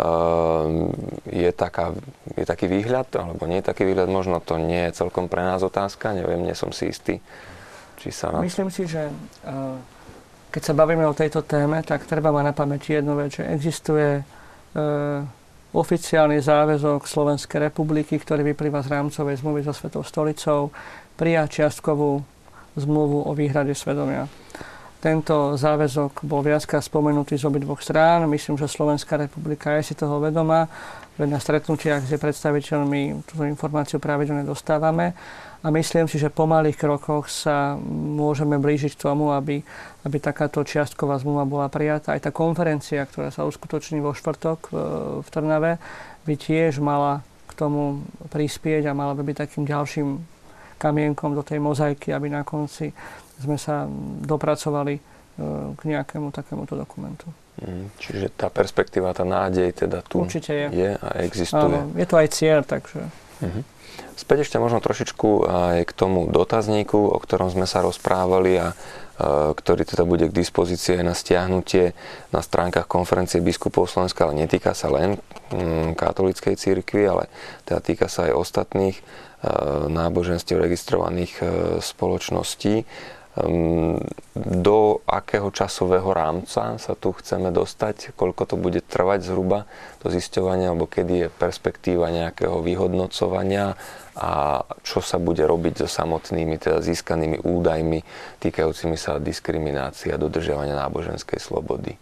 Je taký výhľad, alebo nie je taký výhľad, možno to nie je celkom pre nás otázka, neviem, nie som si istý. Myslím si, že keď sa bavíme o tejto téme, tak treba mať na pamäti jednu vec, že existuje oficiálny záväzok Slovenskej republiky, ktorý vyplýva z rámcovej zmluvy so Svätou stolicou, prijať čiastkovú zmluvu o výhrade svedomia. Tento záväzok bol viackrát spomenutý z obidvoch strán. Myslím, že Slovenská republika je si toho vedomá. Na stretnutiach s predstaviteľmi túto informáciu pravidelne dostávame. A myslím si, že po malých krokoch sa môžeme blížiť k tomu, aby takáto čiastková zmluva bola prijatá. Aj tá konferencia, ktorá sa uskutoční vo štvrtok v Trnave, by tiež mala k tomu prispieť a mala by byť takým ďalším kamienkom do tej mozaiky, aby na konci sme sa dopracovali k nejakému takémuto dokumentu. Čiže tá perspektíva, tá nádej teda tu je a existuje. Áno, je to aj cieľ, takže... Späť ešte možno trošičku aj k tomu dotazníku, o ktorom sme sa rozprávali a ktorý teda bude k dispozícii aj na stiahnutie na stránkach Konferencie biskupov Slovenska, ale netýka sa len katolíckej cirkvi, ale teda týka sa aj ostatných náboženstiev registrovaných spoločností. Do akého časového rámca sa tu chceme dostať? Koľko to bude trvať zhruba to zisťovanie, alebo kedy je perspektíva nejakého vyhodnocovania a čo sa bude robiť so samotnými teda získanými údajmi týkajúcimi sa diskriminácie a dodržiavania náboženskej slobody?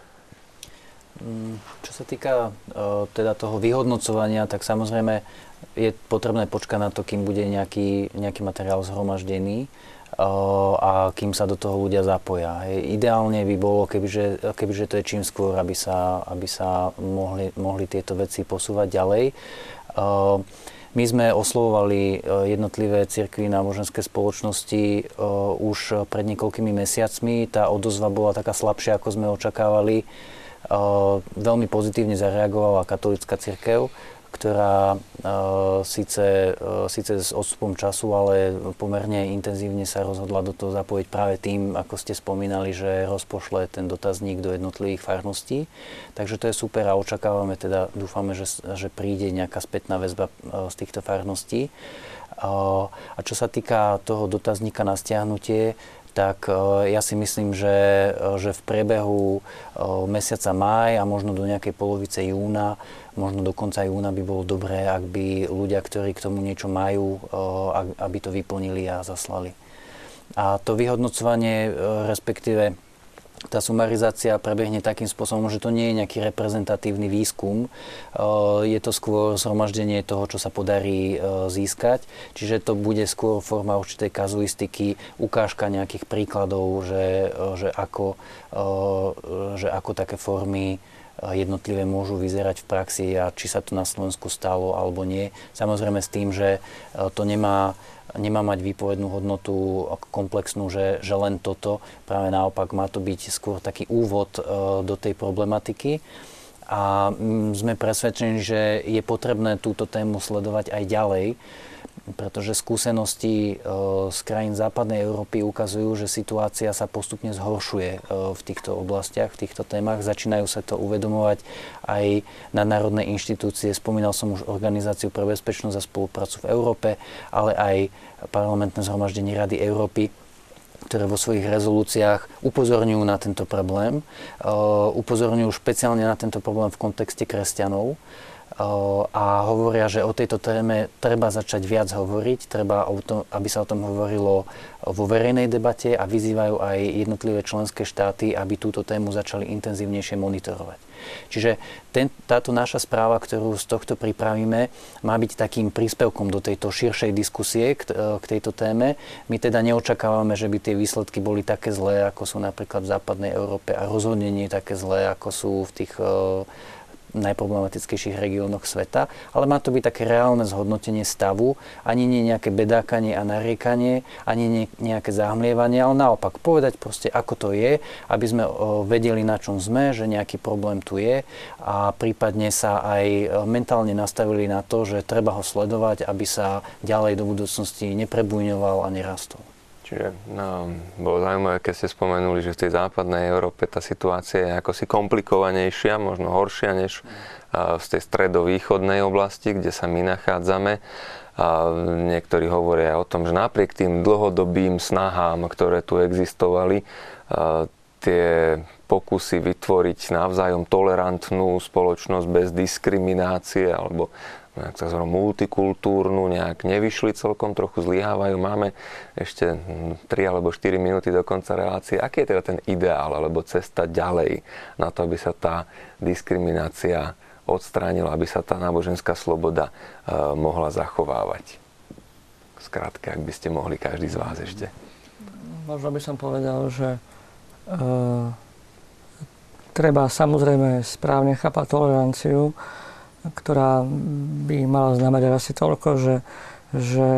Čo sa týka teda toho vyhodnocovania, tak samozrejme je potrebné počkať na to, kým bude nejaký materiál zhromaždený a kým sa do toho ľudia zapoja. Ideálne by bolo, kebyže to je čím skôr, aby sa mohli tieto veci posúvať ďalej. My sme oslovovali jednotlivé cirkvi, náboženské spoločnosti už pred niekoľkými mesiacmi. Tá odozva bola taká slabšia, ako sme očakávali. Veľmi pozitívne zareagovala katolícka cirkev, ktorá síce s odstupom času, ale pomerne intenzívne sa rozhodla do toho zapojiť práve tým, ako ste spomínali, že rozpošle ten dotazník do jednotlivých farností. Takže to je super a očakávame, teda dúfame, že príde nejaká spätná väzba z týchto farností. A čo sa týka toho dotazníka na stiahnutie, tak ja si myslím, že v priebehu mesiaca máj a možno do nejakej polovice júna, možno do konca júna by bolo dobré, ak by ľudia, ktorí k tomu niečo majú, aby to vyplnili a zaslali. A to vyhodnocovanie, respektíve tá sumarizácia prebehne takým spôsobom, že to nie je nejaký reprezentatívny výskum. Je to skôr zhromaždenie toho, čo sa podarí získať. Čiže to bude skôr forma určitej kazuistiky, ukážka nejakých príkladov, že ako také formy jednotlivé môžu vyzerať v praxi a či sa to na Slovensku stalo alebo nie. Samozrejme s tým, že to nemá mať výpovednú hodnotu komplexnú, že len toto. Práve naopak má to byť skôr taký úvod do tej problematiky. A sme presvedčení, že je potrebné túto tému sledovať aj ďalej, pretože skúsenosti z krajín západnej Európy ukazujú, že situácia sa postupne zhoršuje v týchto oblastiach, v týchto témach. Začínajú sa to uvedomovať aj nadnárodné inštitúcie. Spomínal som už Organizáciu pre bezpečnosť a spoluprácu v Európe, ale aj Parlamentné zhromaždenie Rady Európy, ktoré vo svojich rezolúciách upozorňujú na tento problém. Upozorňujú špeciálne na tento problém v kontexte kresťanov. A hovoria, že o tejto téme treba začať viac hovoriť, treba aby sa o tom hovorilo vo verejnej debate a vyzývajú aj jednotlivé členské štáty, aby túto tému začali intenzívnejšie monitorovať. Čiže táto naša správa, ktorú z tohto pripravíme, má byť takým príspevkom do tejto širšej diskusie k tejto téme. My teda neočakávame, že by tie výsledky boli také zlé, ako sú napríklad v západnej Európe a rozhodne nie také zlé, ako sú v tých najproblematickejších regiónoch sveta, ale má to byť také reálne zhodnotenie stavu, ani nie nejaké bedákanie a nariekanie, ani nejaké zahmlievanie, ale naopak povedať proste, ako to je, aby sme vedeli, na čom sme, že nejaký problém tu je a prípadne sa aj mentálne nastavili na to, že treba ho sledovať, aby sa ďalej do budúcnosti neprebujňoval a nerastol. Čiže bolo zaujímavé, keď ste spomenuli, že v tej západnej Európe tá situácia je ako si komplikovanejšia, možno horšia než v tej stredovýchodnej oblasti, kde sa my nachádzame. Niektorí hovoria o tom, že napriek tým dlhodobým snahám, ktoré tu existovali, tie pokusy vytvoriť navzájom tolerantnú spoločnosť bez diskriminácie alebo tzv. Multikultúrnu nejak nevyšli celkom, trochu zlyhávajú. Máme ešte 3 alebo 4 minúty do konca relácie. Aký je teda ten ideál alebo cesta ďalej na to, aby sa tá diskriminácia odstránila, aby sa tá náboženská sloboda mohla zachovávať? Skrátka, ak by ste mohli každý z vás ešte. Možno by som povedal, že treba samozrejme správne chápať toleranciu, ktorá by mala znamenať asi toľko, že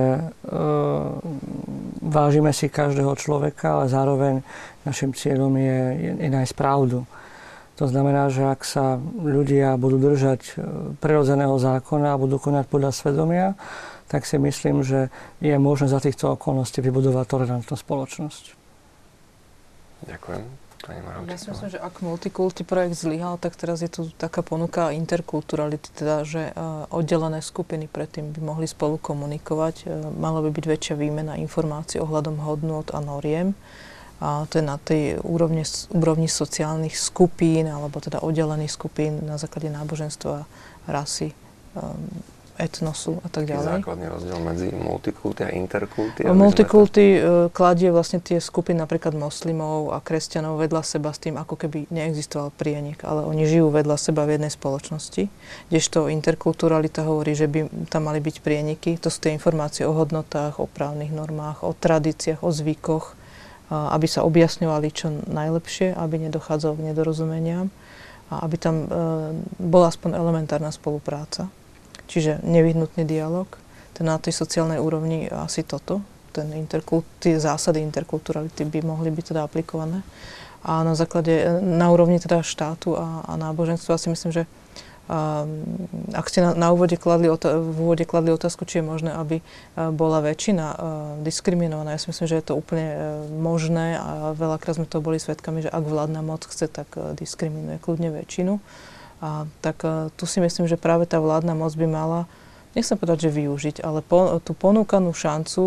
vážime si každého človeka, ale zároveň našim cieľom je nájsť pravdu. To znamená, že ak sa ľudia budú držať prirodzeného zákona a budú konať podľa svedomia, tak si myslím, že je možné za týchto okolností vybudovať tolerantnú spoločnosť. Ďakujem. Ja si myslím, že ak multikulty projekt zlyhal, tak teraz je tu taká ponuka interkulturality, teda, že oddelené skupiny predtým by mohli spolu komunikovať. Mala by byť väčšia výmena informácií ohľadom hodnôt a noriem. A to je na tej úrovni sociálnych skupín, alebo teda oddelených skupín na základe náboženstva, rasy, etnosu a tak ďalej. Základný rozdiel medzi multikulty a interkulty? Multikulty kladie vlastne tie skupiny napríklad moslimov a kresťanov vedľa seba s tým, ako keby neexistoval prienik, ale oni žijú vedľa seba v jednej spoločnosti. Kdežto interkulturalita hovorí, že by tam mali byť prieniky. To sú tie informácie o hodnotách, o právnych normách, o tradíciách, o zvykoch, aby sa objasňovali čo najlepšie, aby nedochádzalo k nedorozumeniam a aby tam bola aspoň elementárna spolupráca. Čiže nevyhnutný dialog. Na tej sociálnej úrovni asi toto. Tie zásady interkulturality by mohli byť teda aplikované. A na úrovni teda štátu a náboženstva si myslím, že ak ste v úvode kladli otázku, či je možné, aby bola väčšina diskriminovaná, ja si myslím, že je to úplne možné a veľakrát sme to boli svedkami, že ak vládna moc chce, tak diskriminuje kľudne väčšinu. Tak tu si myslím, že práve tá vládna moc by mala, nechcem povedať, že využiť, ale tú ponúkanú šancu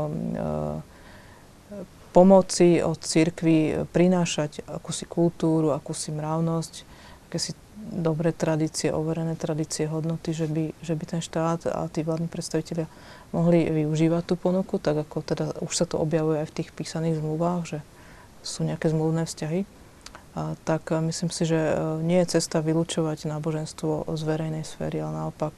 pomoci od cirkvi prinášať akúsi kultúru, akúsi mravnosť, akési dobré tradície, overené tradície, hodnoty, že by ten štát a tí vládni predstavitelia mohli využívať tú ponuku, tak ako teda už sa to objavuje aj v tých písaných zmluvách, že sú nejaké zmluvné vzťahy. Tak myslím si, že nie je cesta vylúčovať náboženstvo z verejnej sféry, ale naopak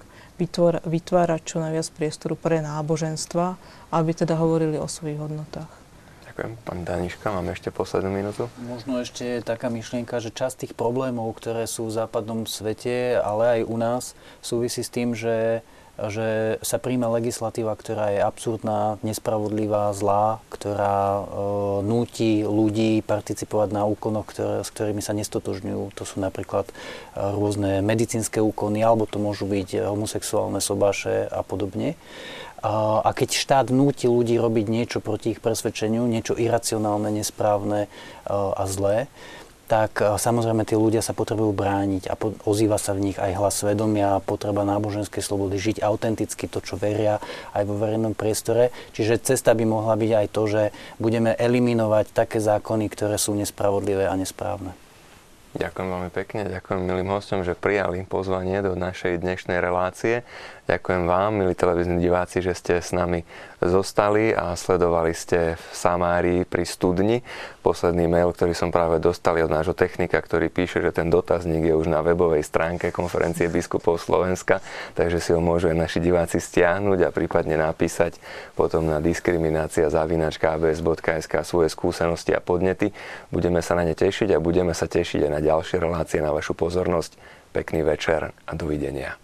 vytvárať čo najviac priestoru pre náboženstva, aby teda hovorili o svojich hodnotách. Ďakujem. Pán Daniška, máme ešte poslednú minútu. Možno ešte taká myšlienka, že časť tých problémov, ktoré sú v západnom svete, ale aj u nás, súvisí s tým, že sa príjma legislatíva, ktorá je absurdná, nespravodlivá, zlá, ktorá núti ľudí participovať na úkonoch, s ktorými sa nestotožňujú. To sú napríklad rôzne medicínske úkony, alebo to môžu byť homosexuálne sobáše a podobne. A keď štát núti ľudí robiť niečo proti ich presvedčeniu, niečo iracionálne, nesprávne a zlé, tak samozrejme tí ľudia sa potrebujú brániť a ozýva sa v nich aj hlas svedomia, potreba náboženskej slobody, žiť autenticky to, čo veria aj vo verejnom priestore. Čiže cesta by mohla byť aj to, že budeme eliminovať také zákony, ktoré sú nespravodlivé a nesprávne. Ďakujem veľmi pekne, ďakujem milým hosťom, že prijali pozvanie do našej dnešnej relácie. Ďakujem vám, milí televízni diváci, že ste s nami zostali a sledovali ste v Samárii pri studni. Posledný mail, ktorý som práve dostal od nášho technika, ktorý píše, že ten dotazník je už na webovej stránke Konferencie biskupov Slovenska, takže si ho môžu aj naši diváci stiahnuť a prípadne napísať potom na diskriminácia@kbs.sk svoje skúsenosti a podnety. Budeme sa na ne tešiť a budeme sa tešiť aj na ďalšie relácie, na vašu pozornosť. Pekný večer a dovidenia.